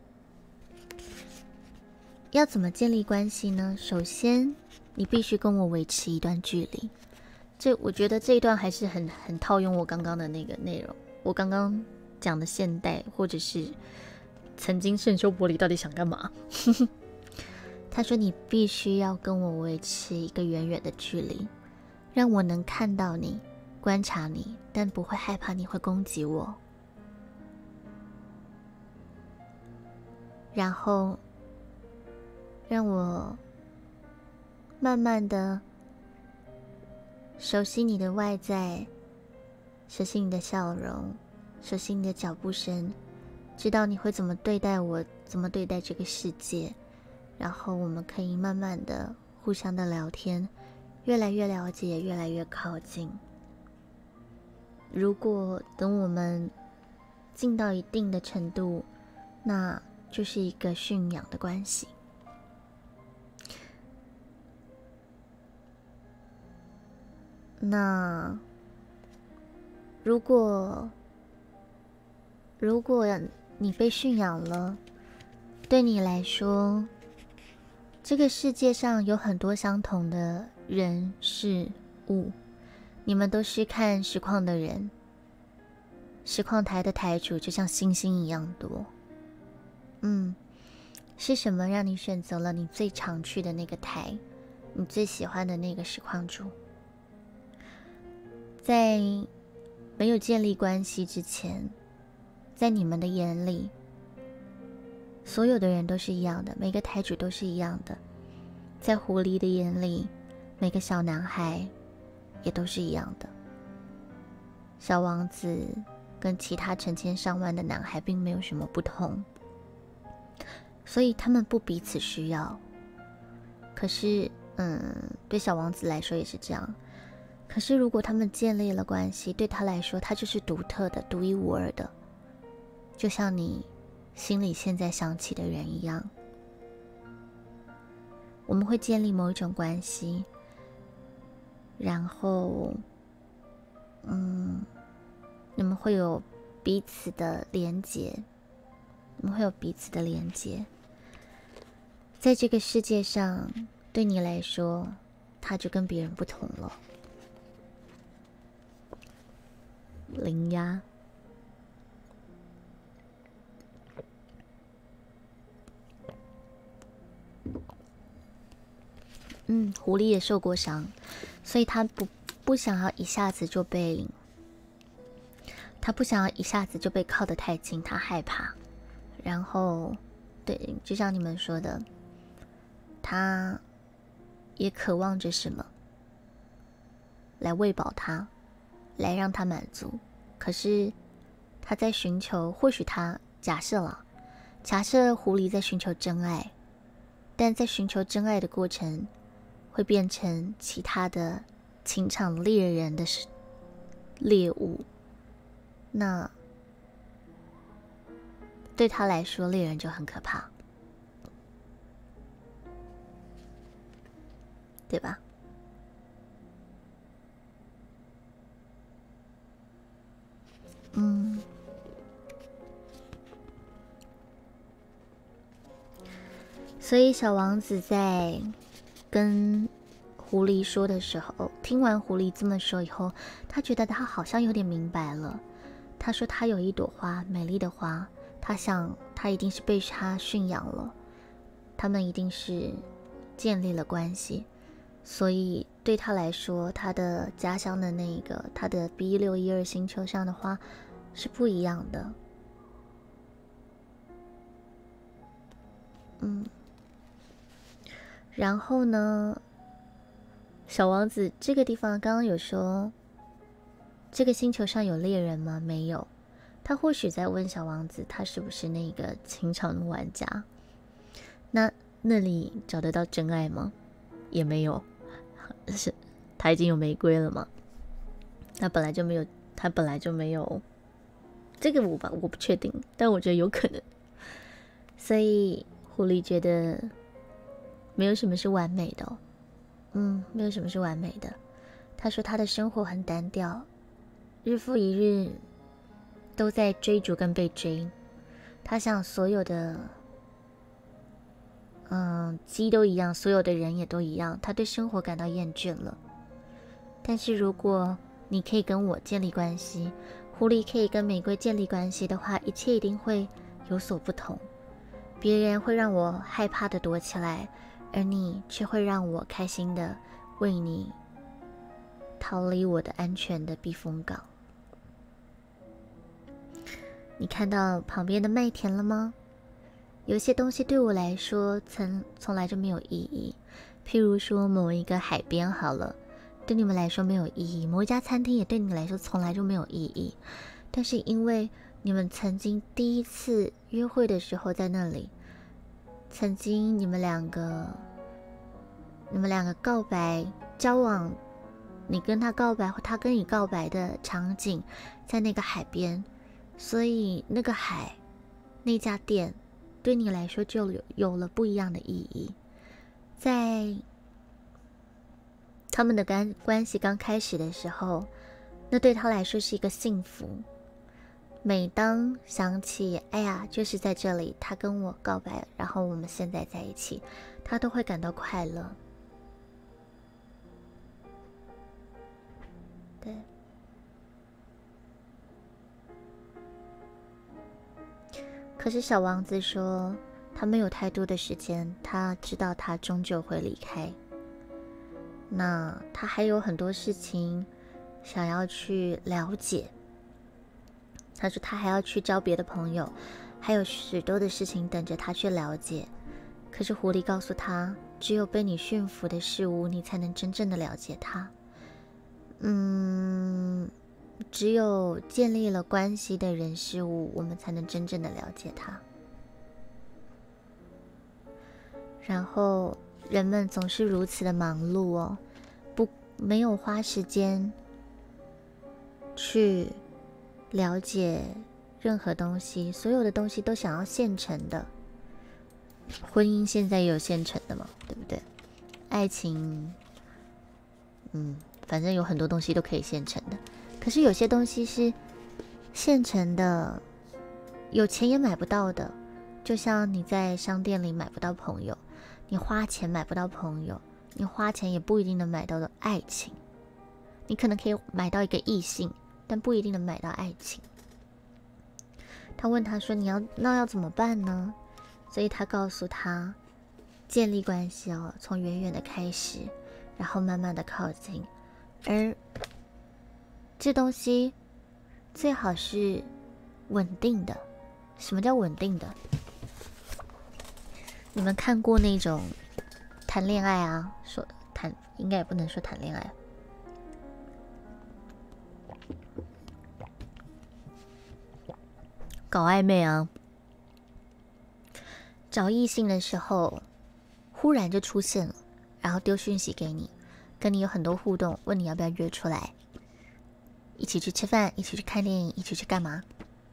要怎么建立关系呢？首先你必须跟我维持一段距离。我觉得这一段还是很套用我刚刚的那个内容。我刚刚讲的现代或者是曾经圣修伯里到底想干嘛？他说你必须要跟我维持一个远远的距离，让我能看到你，观察你，但不会害怕你会攻击我。然后让我慢慢的熟悉你的外在，熟悉你的笑容，熟悉你的脚步声，知道你会怎么对待我，怎么对待这个世界。然后我们可以慢慢的互相的聊天，越来越了解，越来越靠近。如果等我们进到一定的程度，那就是一个驯养的关系。那如果你被驯养了，对你来说，这个世界上有很多相同的人事物，你们都是看实况的人，实况台的台主就像星星一样多。是什么让你选择了你最常去的那个台，你最喜欢的那个实况主？在没有建立关系之前，在你们的眼里，所有的人都是一样的，每个台主都是一样的。在狐狸的眼里，每个小男孩也都是一样的。小王子跟其他成千上万的男孩并没有什么不同，所以他们不彼此需要。可是对小王子来说也是这样。可是如果他们建立了关系，对他来说他就是独特的、独一无二的，就像你心里现在想起的人一样。我们会建立某一种关系，然后你们会有彼此的连结，在这个世界上，对你来说他就跟别人不同了。灵鸭，狐狸也受过伤，所以他不想要一下子就被靠得太近，他害怕。然后对，就像你们说的，他也渴望着什么来喂饱他，来让他满足。可是他在寻求，或许他假设狐狸在寻求真爱，但在寻求真爱的过程会变成其他的情场猎人的猎物，那对他来说猎人就很可怕，对吧？所以小王子在跟狐狸说的时候，听完狐狸这么说以后，他觉得他好像有点明白了。他说他有一朵花，美丽的花，他想他一定是被他驯养了，他们一定是建立了关系，所以对他来说，他的家乡的那个他的 B612星球上的花是不一样的。然后呢，小王子这个地方刚刚有说，这个星球上有猎人吗？没有。他或许在问小王子，他是不是那个情场的玩家？那里找得到真爱吗？也没有。是他已经有玫瑰了吗？他本来就没有。这个我不确定，但我觉得有可能。所以狐狸觉得没有什么是完美的没有什么是完美的。他说他的生活很单调，日复一日都在追逐跟被追。他想所有的鸡都一样，所有的人也都一样，他对生活感到厌倦了。但是如果你可以跟我建立关系，狐狸可以跟玫瑰建立关系的话，一切一定会有所不同。别人会让我害怕的躲起来，而你却会让我开心的为你逃离我的安全的避风港。你看到旁边的麦田了吗？有些东西对我来说从来就没有意义，譬如说某一个海边好了，对你们来说没有意义，某一家餐厅也对你来说从来就没有意义。但是因为你们曾经第一次约会的时候在那里，曾经你们两个告白交往，你跟他告白或他跟你告白的场景在那个海边，所以那个海那家店对你来说就有了不一样的意义。在他们的关系刚开始的时候，那对他来说是一个幸福。每当想起哎呀就是在这里他跟我告白，然后我们现在在一起，他都会感到快乐。对，可是小王子说他没有太多的时间，他知道他终究会离开，那他还有很多事情想要去了解。他说他还要去交别的朋友，还有许多的事情等着他去了解。可是狐狸告诉他，只有被你驯服的事物，你才能真正的了解它。只有建立了关系的人事物，我们才能真正的了解它。然后人们总是如此的忙碌哦，没有花时间去了解任何东西，所有的东西都想要现成的。婚姻现在也有现成的嘛，对不对？爱情，反正有很多东西都可以现成的。可是有些东西是现成的，有钱也买不到的。就像你在商店里买不到朋友，你花钱买不到朋友，你花钱也不一定能买到的爱情。你可能可以买到一个异性，但不一定能买到爱情。他问他说那要怎么办呢？所以他告诉他，建立关系哦，从远远的开始，然后慢慢的靠近。而这东西最好是稳定的。什么叫稳定的？你们看过那种谈恋爱啊，应该也不能说谈恋爱， 搞暧昧啊，找异性的时候，忽然就出现了，然后丢讯息给你，跟你有很多互动，问你要不要约出来，一起去吃饭，一起去看电影，一起去干嘛？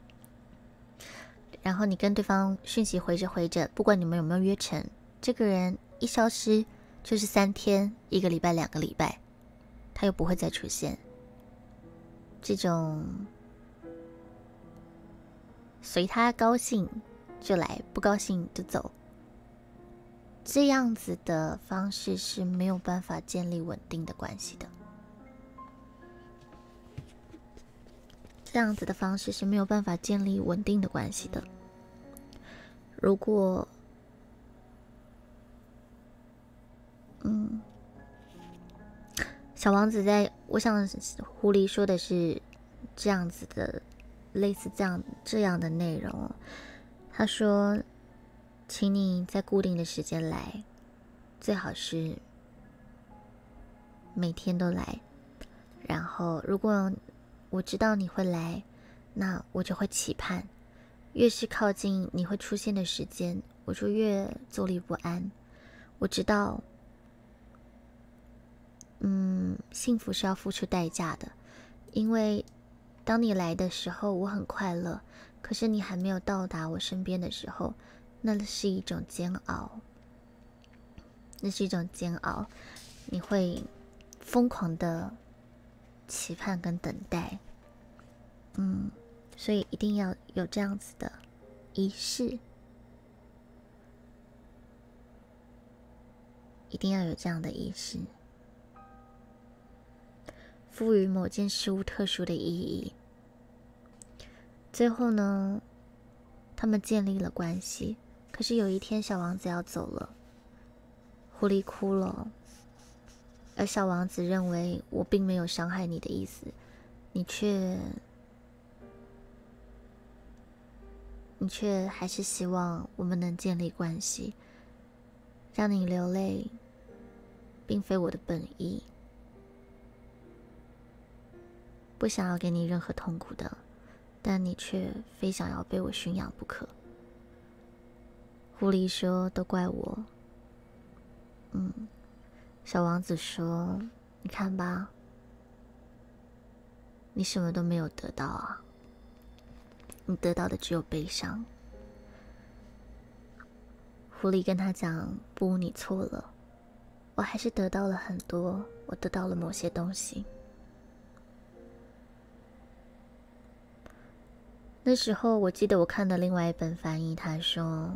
然后你跟对方讯息回着回着，不管你们有没有约成，这个人一消失就是3天、1个礼拜、2个礼拜，他又不会再出现。这种随他高兴就来，不高兴就走，这样子的方式是没有办法建立稳定的关系的。这样子的方式是没有办法建立稳定的关系的。如果小王子我想狐狸说的是这样子的，类似这样的内容。他说，请你在固定的时间来，最好是每天都来。然后如果我知道你会来，那我就会期盼，越是靠近你会出现的时间，我就越坐立不安。我知道幸福是要付出代价的，因为当你来的时候我很快乐，可是你还没有到达我身边的时候，那是一种煎熬，你会疯狂的期盼跟等待。所以一定要有这样子的仪式，一定要有这样的仪式，赋予某件事物特殊的意义。最后呢，他们建立了关系，可是有一天小王子要走了，狐狸哭了，而小王子认为我并没有伤害你的意思，你却还是希望我们能建立关系，让你流泪并非我的本意，不想要给你任何痛苦的，但你却非想要被我驯养不可。狐狸说，都怪我。小王子说，你看吧，你什么都没有得到啊，你得到的只有悲伤。狐狸跟他讲，不，你错了，我还是得到了很多，我得到了某些东西。那时候我记得我看的另外一本翻译，他说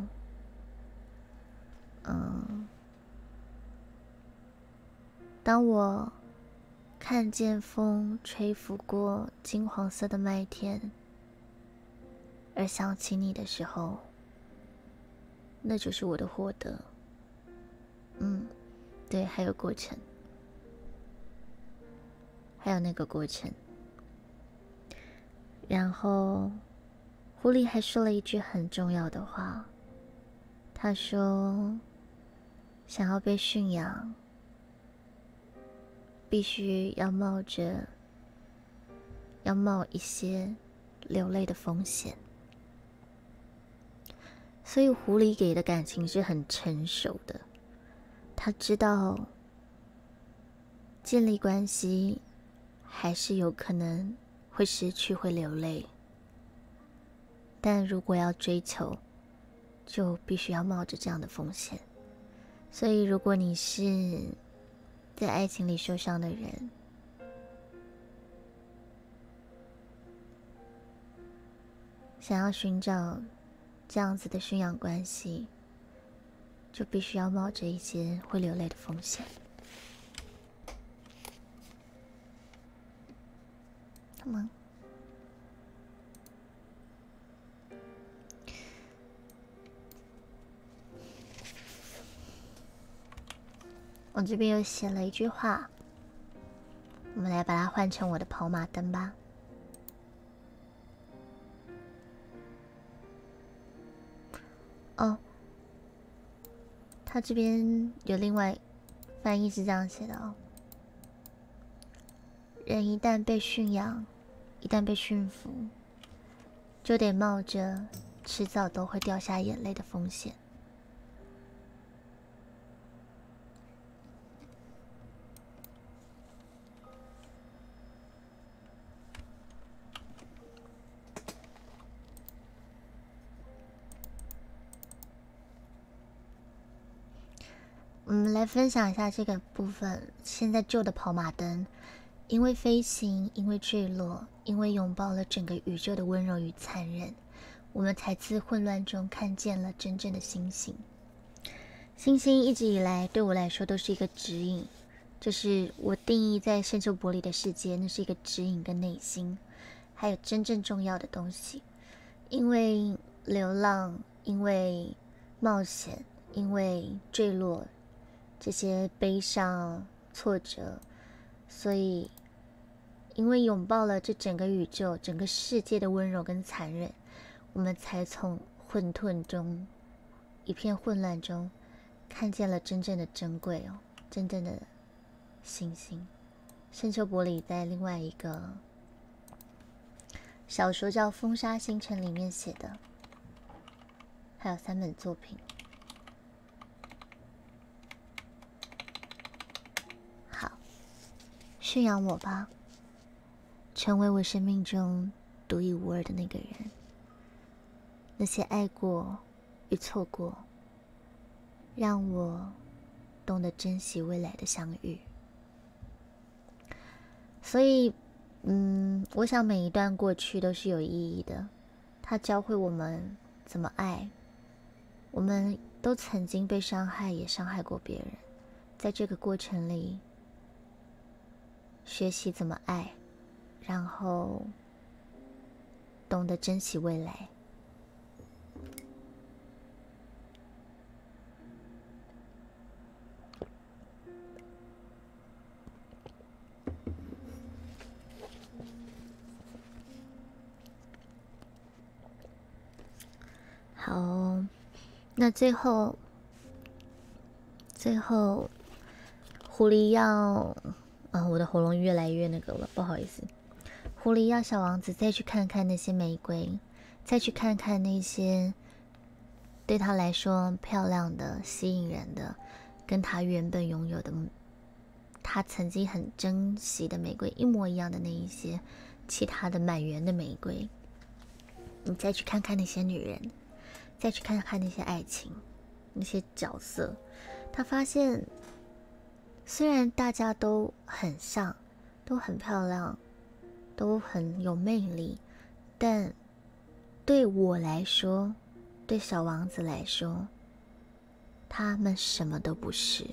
当我看见风吹拂过金黄色的麦田而想起你的时候，那就是我的获得。对，还有过程，还有那个过程。然后狐狸还说了一句很重要的话，他说，想要被驯养必须要冒一些流泪的风险。所以狐狸给的感情是很成熟的，他知道建立关系还是有可能会失去，会流泪，但如果要追求，就必须要冒着这样的风险。所以如果你是在爱情里受伤的人，想要寻找这样子的驯养关系，就必须要冒着一些会流泪的风险。好吗？我这边又写了一句话，我们来把它换成我的跑马灯吧。他这边有另外翻译是这样写的哦：人一旦被驯养，一旦被驯服， 就得冒着迟早都会掉下眼泪的风险。我们来分享一下这个部分。现在旧的跑马灯，因为飞行，因为坠落，因为拥抱了整个宇宙的温柔与残忍，我们才自混乱中看见了真正的星星。星星一直以来对我来说都是一个指引，这是我定义在圣丘伯里的世界，那是一个指引跟内心，还有真正重要的东西。因为流浪，因为冒险，因为坠落，这些悲伤、挫折，所以因为拥抱了这整个宇宙、整个世界的温柔跟残忍，我们才从混沌中、一片混乱中，看见了真正的珍贵哦，真正的星星。圣丘伯里在另外一个小说叫《风沙星辰》里面写的，还有3本作品。好，驯养我吧，成为我生命中独一无二的那个人。那些爱过与错过，让我懂得珍惜未来的相遇。所以我想每一段过去都是有意义的，它教会我们怎么爱。我们都曾经被伤害，也伤害过别人，在这个过程里学习怎么爱，然后懂得珍惜未来。好，那最后狐狸要我的喉咙越来越那个了，不好意思。狐狸要小王子再去看看那些玫瑰，再去看看那些对他来说漂亮的、吸引人的，跟他原本拥有的他曾经很珍惜的玫瑰一模一样的那一些其他的满园的玫瑰。你再去看看那些女人，再去看看那些爱情，那些角色，他发现虽然大家都很像，都很漂亮，都很有魅力，但对我来说，对小王子来说，他们什么都不是，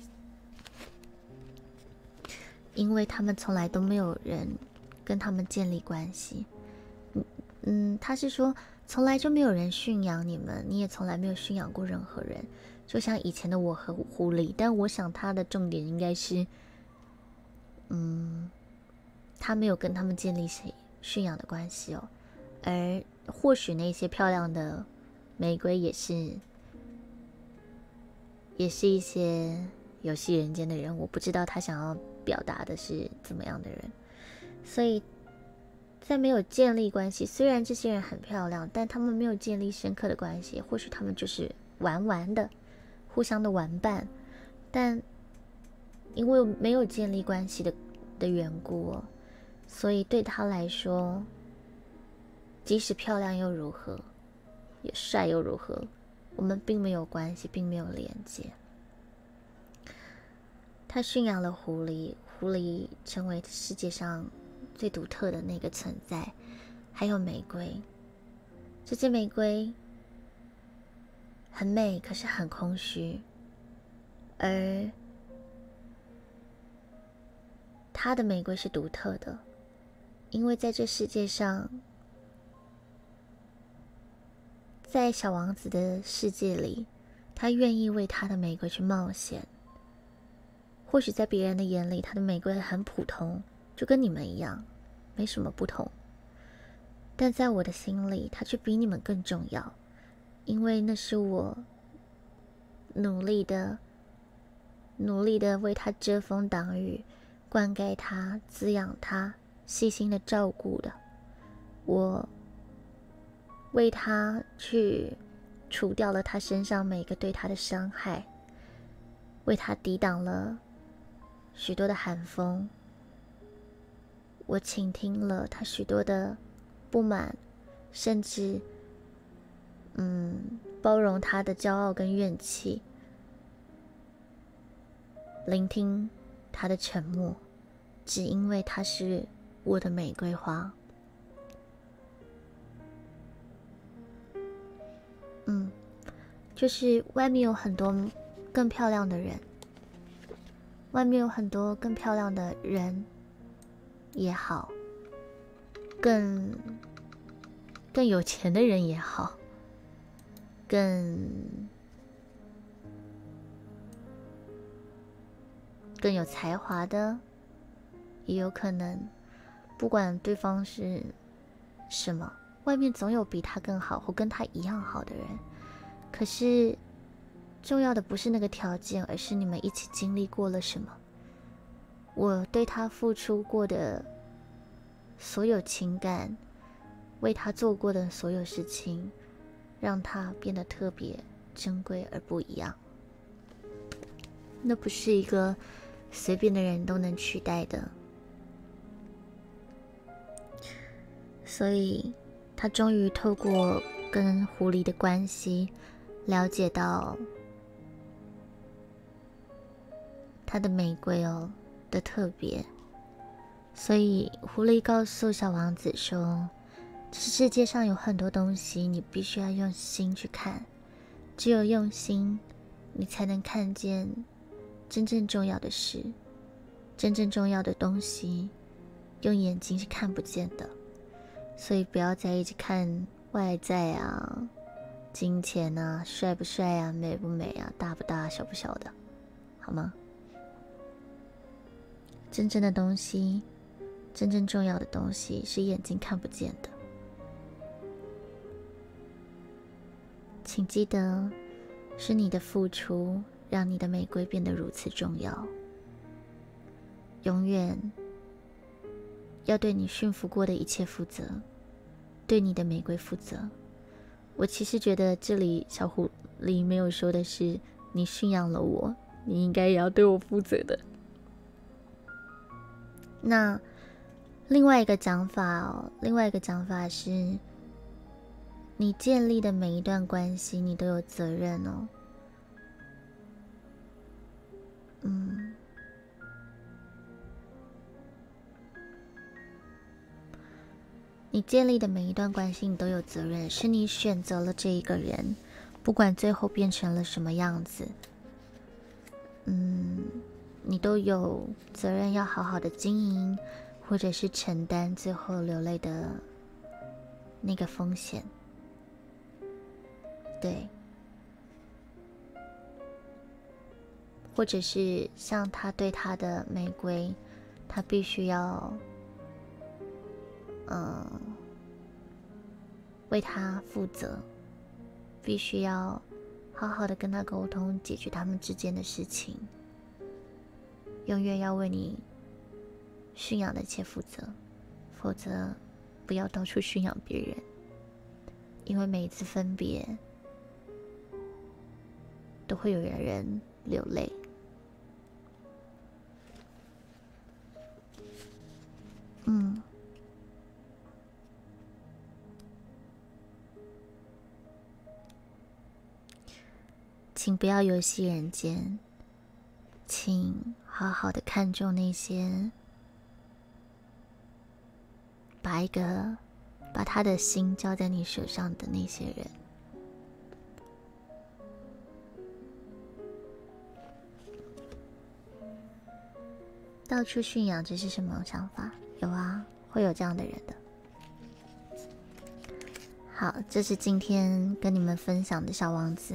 因为他们从来都没有人跟他们建立关系。他是说从来就没有人驯养你们，你也从来没有驯养过任何人，就像以前的我和狐狸。但我想他的重点应该是他没有跟他们建立驯养的关系哦。而或许那些漂亮的玫瑰也是一些游戏人间的人，我不知道他想要表达的是怎么样的人。所以在没有建立关系，虽然这些人很漂亮，但他们没有建立深刻的关系，或许他们就是玩玩的，互相的玩伴。但因为没有建立关系的缘故，所以对他来说，即使漂亮又如何，也帅又如何，我们并没有关系，并没有连接。他驯养了狐狸，狐狸成为世界上最独特的那个存在。还有玫瑰，这支玫瑰很美，可是很空虚，而他的玫瑰是独特的，因为在这世界上，在小王子的世界里，他愿意为他的玫瑰去冒险。或许在别人的眼里，他的玫瑰很普通，就跟你们一样，没什么不同。但在我的心里，它却比你们更重要，因为那是我努力的为它遮风挡雨，灌溉它，滋养它，细心的照顾的。我为他去除掉了他身上每个对他的伤害，为他抵挡了许多的寒风。我倾听了他许多的不满，甚至包容他的骄傲跟怨气，聆听他的沉默，只因为他是我的玫瑰花。就是外面有很多更漂亮的人，外面有很多更漂亮的人也好，更有钱的人也好，更有才华的也有可能。不管对方是什么，外面总有比他更好或跟他一样好的人。可是重要的不是那个条件，而是你们一起经历过了什么。我对他付出过的所有情感，为他做过的所有事情，让他变得特别珍贵而不一样。那不是一个随便的人都能取代的。所以他终于透过跟狐狸的关系，了解到他的玫瑰的特别。所以狐狸告诉小王子说，这世界上有很多东西你必须要用心去看，只有用心你才能看见真正重要的事。真正重要的东西用眼睛是看不见的，所以不要再一直看外在啊、金钱啊、帅不帅啊、美不美啊、大不大、小不小的，好吗？真正的东西，真正重要的东西是眼睛看不见的。请记得，是你的付出让你的玫瑰变得如此重要。永远要对你驯服过的一切负责，对你的玫瑰负责。我其实觉得这里小狐狸没有说的是，你驯养了我，你应该也要对我负责的。那另外一个讲法是，你建立的每一段关系，你都有责任哦。你建立的每一段关系，你都有责任，是你选择了这一个人，不管最后变成了什么样子，你都有责任要好好的经营，或者是承担最后流泪的那个风险。对，或者是像他对他的玫瑰，他必须要为他负责，必须要好好的跟他沟通，解决他们之间的事情，永远要为你驯养的一切负责，否则不要到处驯养别人，因为每一次分别都会有人流泪。请不要游戏人间，请好好的看重那些把他的心交在你手上的那些人。到处驯养，这是什么想法？有啊，会有这样的人的。好，这是今天跟你们分享的小王子，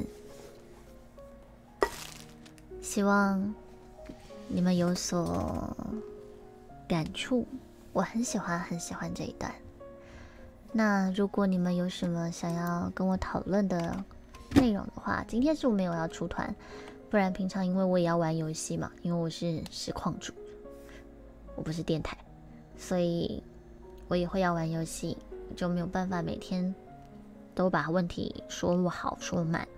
希望你们有所感触。我很喜欢这一段。那如果你们有什么想要跟我讨论的内容的话，今天是我没有要出团，不然平常因为我也要玩游戏嘛，因为我是实况主，我不是电台，所以我也会要玩游戏，就没有办法每天都把问题说好说满。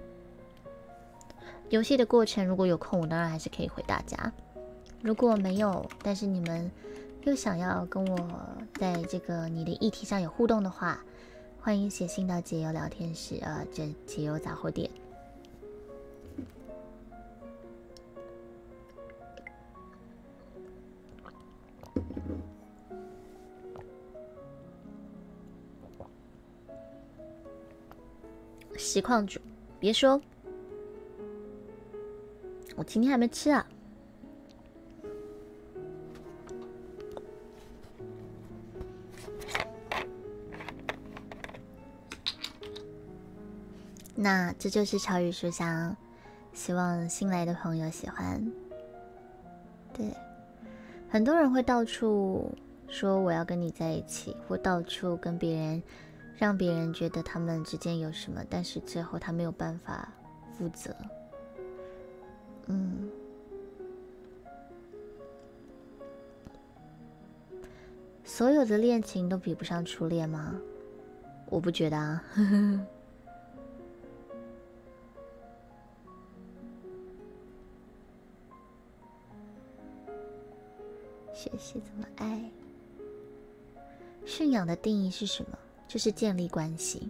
游戏的过程如果有空，我当然还是可以回大家。如果没有，但是你们又想要跟我在这个你的议题上有互动的话，欢迎写信到解忧聊天室，这解忧杂货店。实况主，别说，我今天还没吃啊。那这就是潮语书香，希望新来的朋友喜欢。对，很多人会到处说我要跟你在一起，或到处跟别人让别人觉得他们之间有什么，但是最后他没有办法负责。所有的恋情都比不上初恋吗？我不觉得啊。学习怎么爱。驯养的定义是什么？就是建立关系。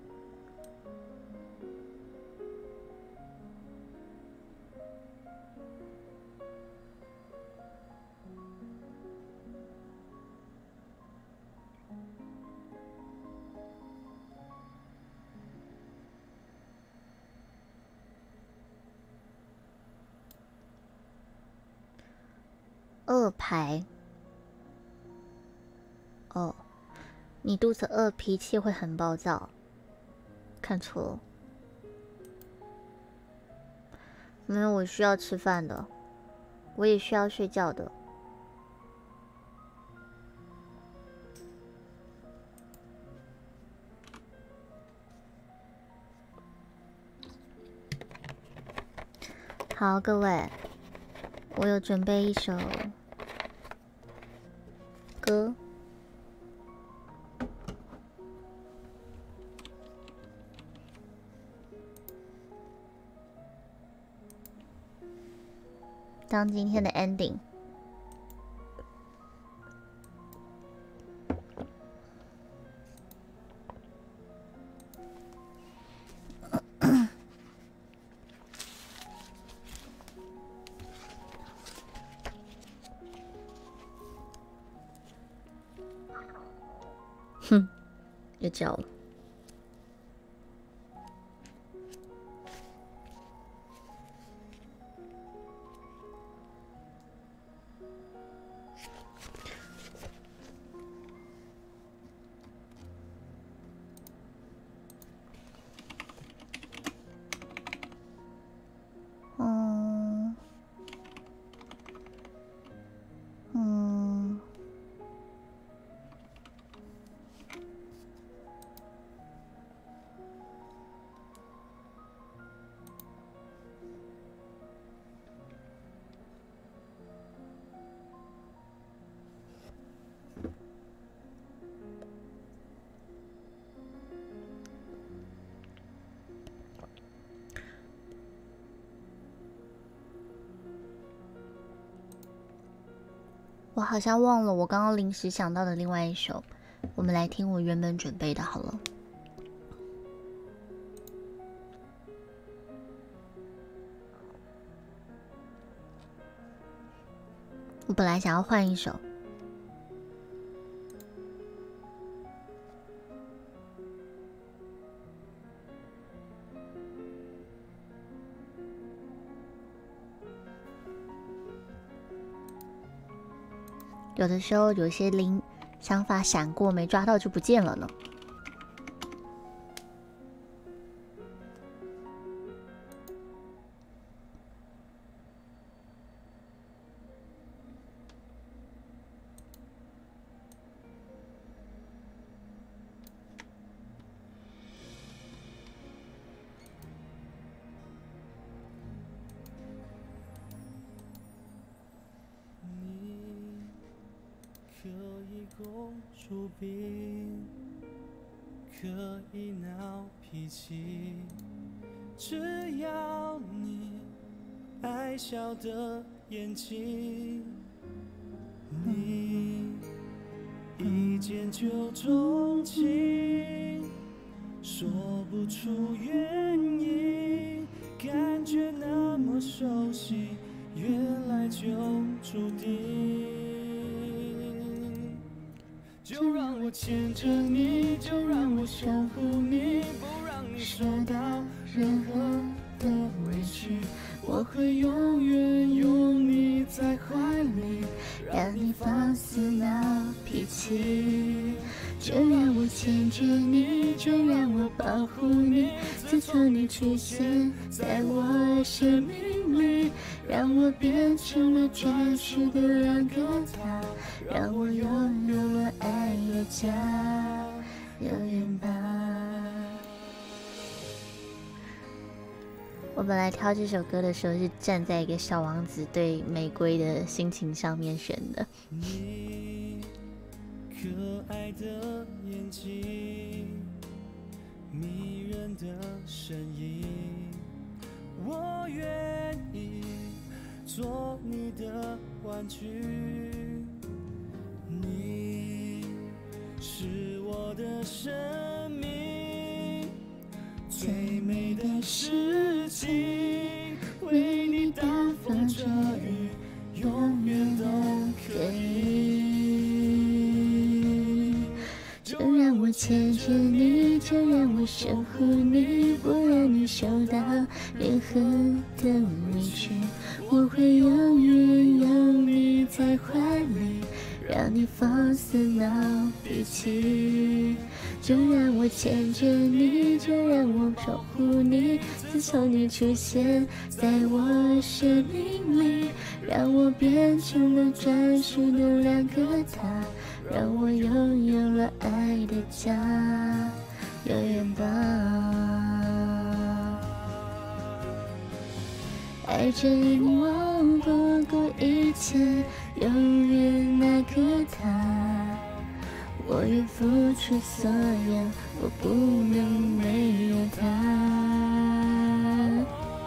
饿排。哦，你肚子饿，脾气会很暴躁。看错了。没有，我需要吃饭的，我也需要睡觉的。好，各位，我有准备一首歌。当今天的 ending。哼，又叫了。我好像忘了我刚刚临时想到的另外一首，我们来听我原本准备的好了。我本来想要换一首。有的时候有些想法闪过没抓到就不见了呢。 可以公主病， 可以闹脾气，只要你爱笑的眼睛，你一见就钟情，说不出原因，感觉那么熟悉，原来就注定。就让我牵着你，就让我守护你，不让你受到任何的委屈，我会永远拥你在怀里， 让你放肆闹脾气。就让我牵着你，就让我保护你，自从你出现在我生命里，让我变成了专属的两个他，让我拥有了爱的家，永远吧。我本来挑这首歌的时候是站在一个小王子对玫瑰的心情上面选的。 你可爱的眼睛，迷人的声音，我愿意做你的玩具。你是我的生命，最美的事情，为你挡风遮雨，永远都可以。 就让我牵着你，就让我守护你，不让你受到任何的委屈，我会永远拥你在怀里，让你放肆闹脾气。就让我牵着你，就让我守护你，自从你出现在我生命里，让我变成了专属的两个他，让我拥有了爱的家，永远吧。爱着你忘不过一切，永远那个他，我愿付出所有，我不能没有他。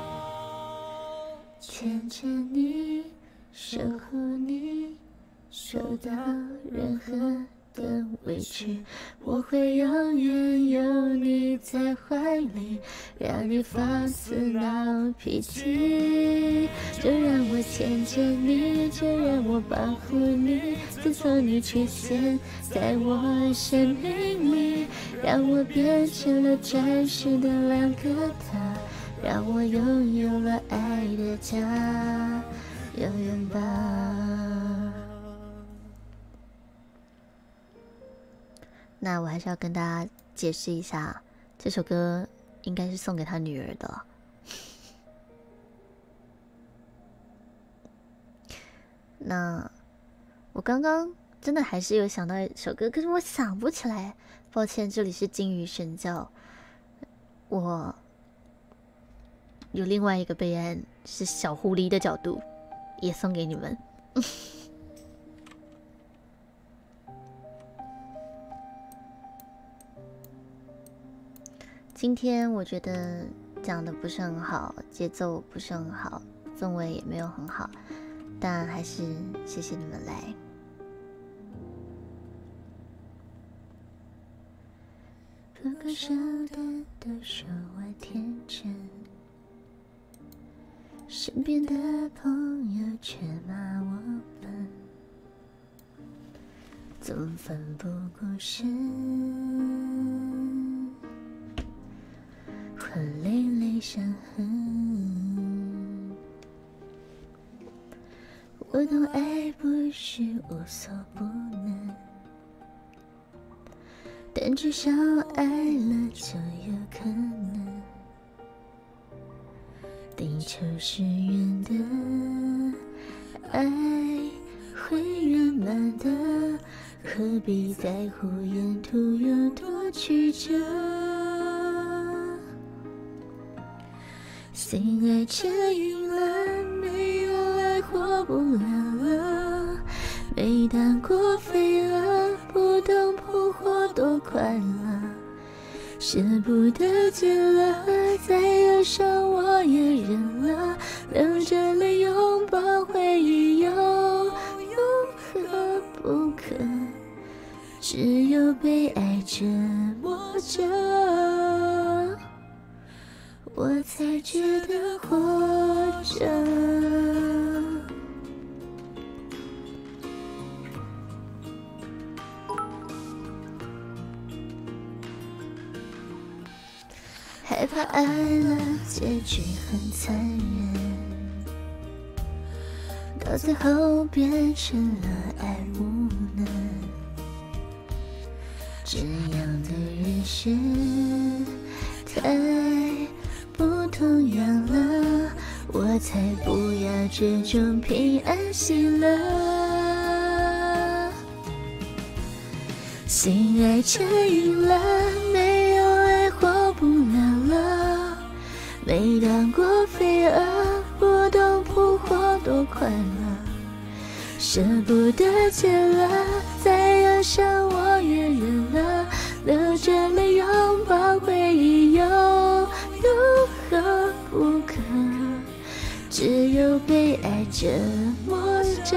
牵着你，守护你，受到任何的委屈，我会永远有你在怀里，让你放肆闹脾气。就让我牵着你，就让我保护你，自从你出现在我生命里，让我变成了专属的两个他，让我拥有了爱的家，永远吧。那我还是要跟大家解释一下，这首歌应该是送给他女儿的。那我刚刚真的还是有想到一首歌，可是我想不起来，抱歉，这里是金鱼神教，我有另外一个备案是小狐狸的角度，也送给你们。今天我觉得讲的不是很好，节奏不是很好，氛围也没有很好，但还是谢谢你们来。不够舍得都说我天真，身边的朋友却骂我笨，怎么奋不顾身，换累累伤痕。我懂爱不是无所不能，但至少爱了就有可能，地球是圆的，爱会圆满的，何必在乎沿途有多曲折。心爱着晕了，没有爱活不了了，没当过飞蛾，不懂扑火多快乐， 舍不得戒了，再忧伤我也忍了，流着泪拥抱回忆又何不可？只有被爱折磨着，我才觉得活着。害怕爱了，结局很残忍，到最后变成了爱无能。这样的人生太不同样了，我才不要这种平安喜乐。心爱成瘾了，没有爱活不了了。没当过飞蛾，不懂扑火多快乐。舍不得戒了，再忧伤我也忍了，流着泪拥抱回忆又何不可？只有被爱折磨着，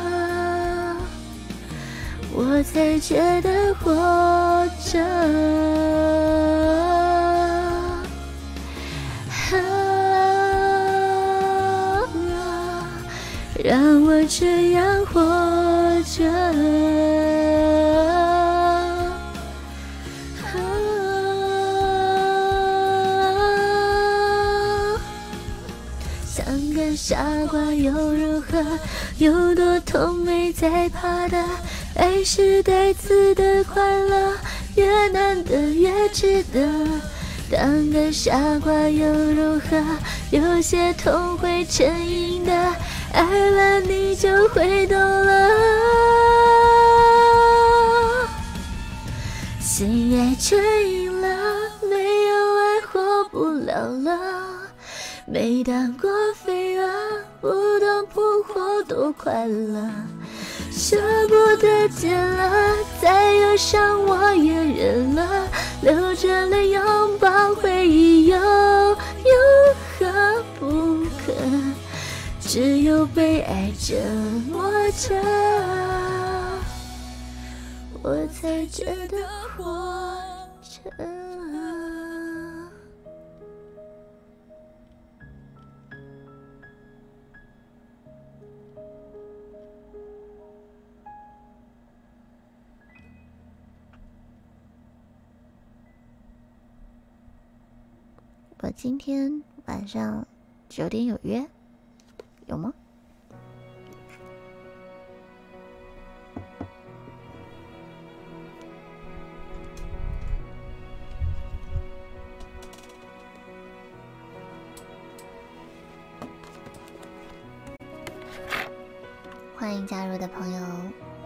我才觉得活着。让我这样活着。像个傻瓜又如何？有多痛没在怕的，爱是带刺的快乐，越难得越值得。当个傻瓜又如何？有些痛会成瘾的，爱了你就会懂了。心爱成瘾了，没有爱活不了了。没当过飞蛾，不懂扑火多快乐。舍不得戒了，再忧伤我也忍了，流着泪拥抱回忆又何不可？只有被爱折磨着，我才觉得活着。 我今天晚上9点有约，有吗？欢迎加入的朋友，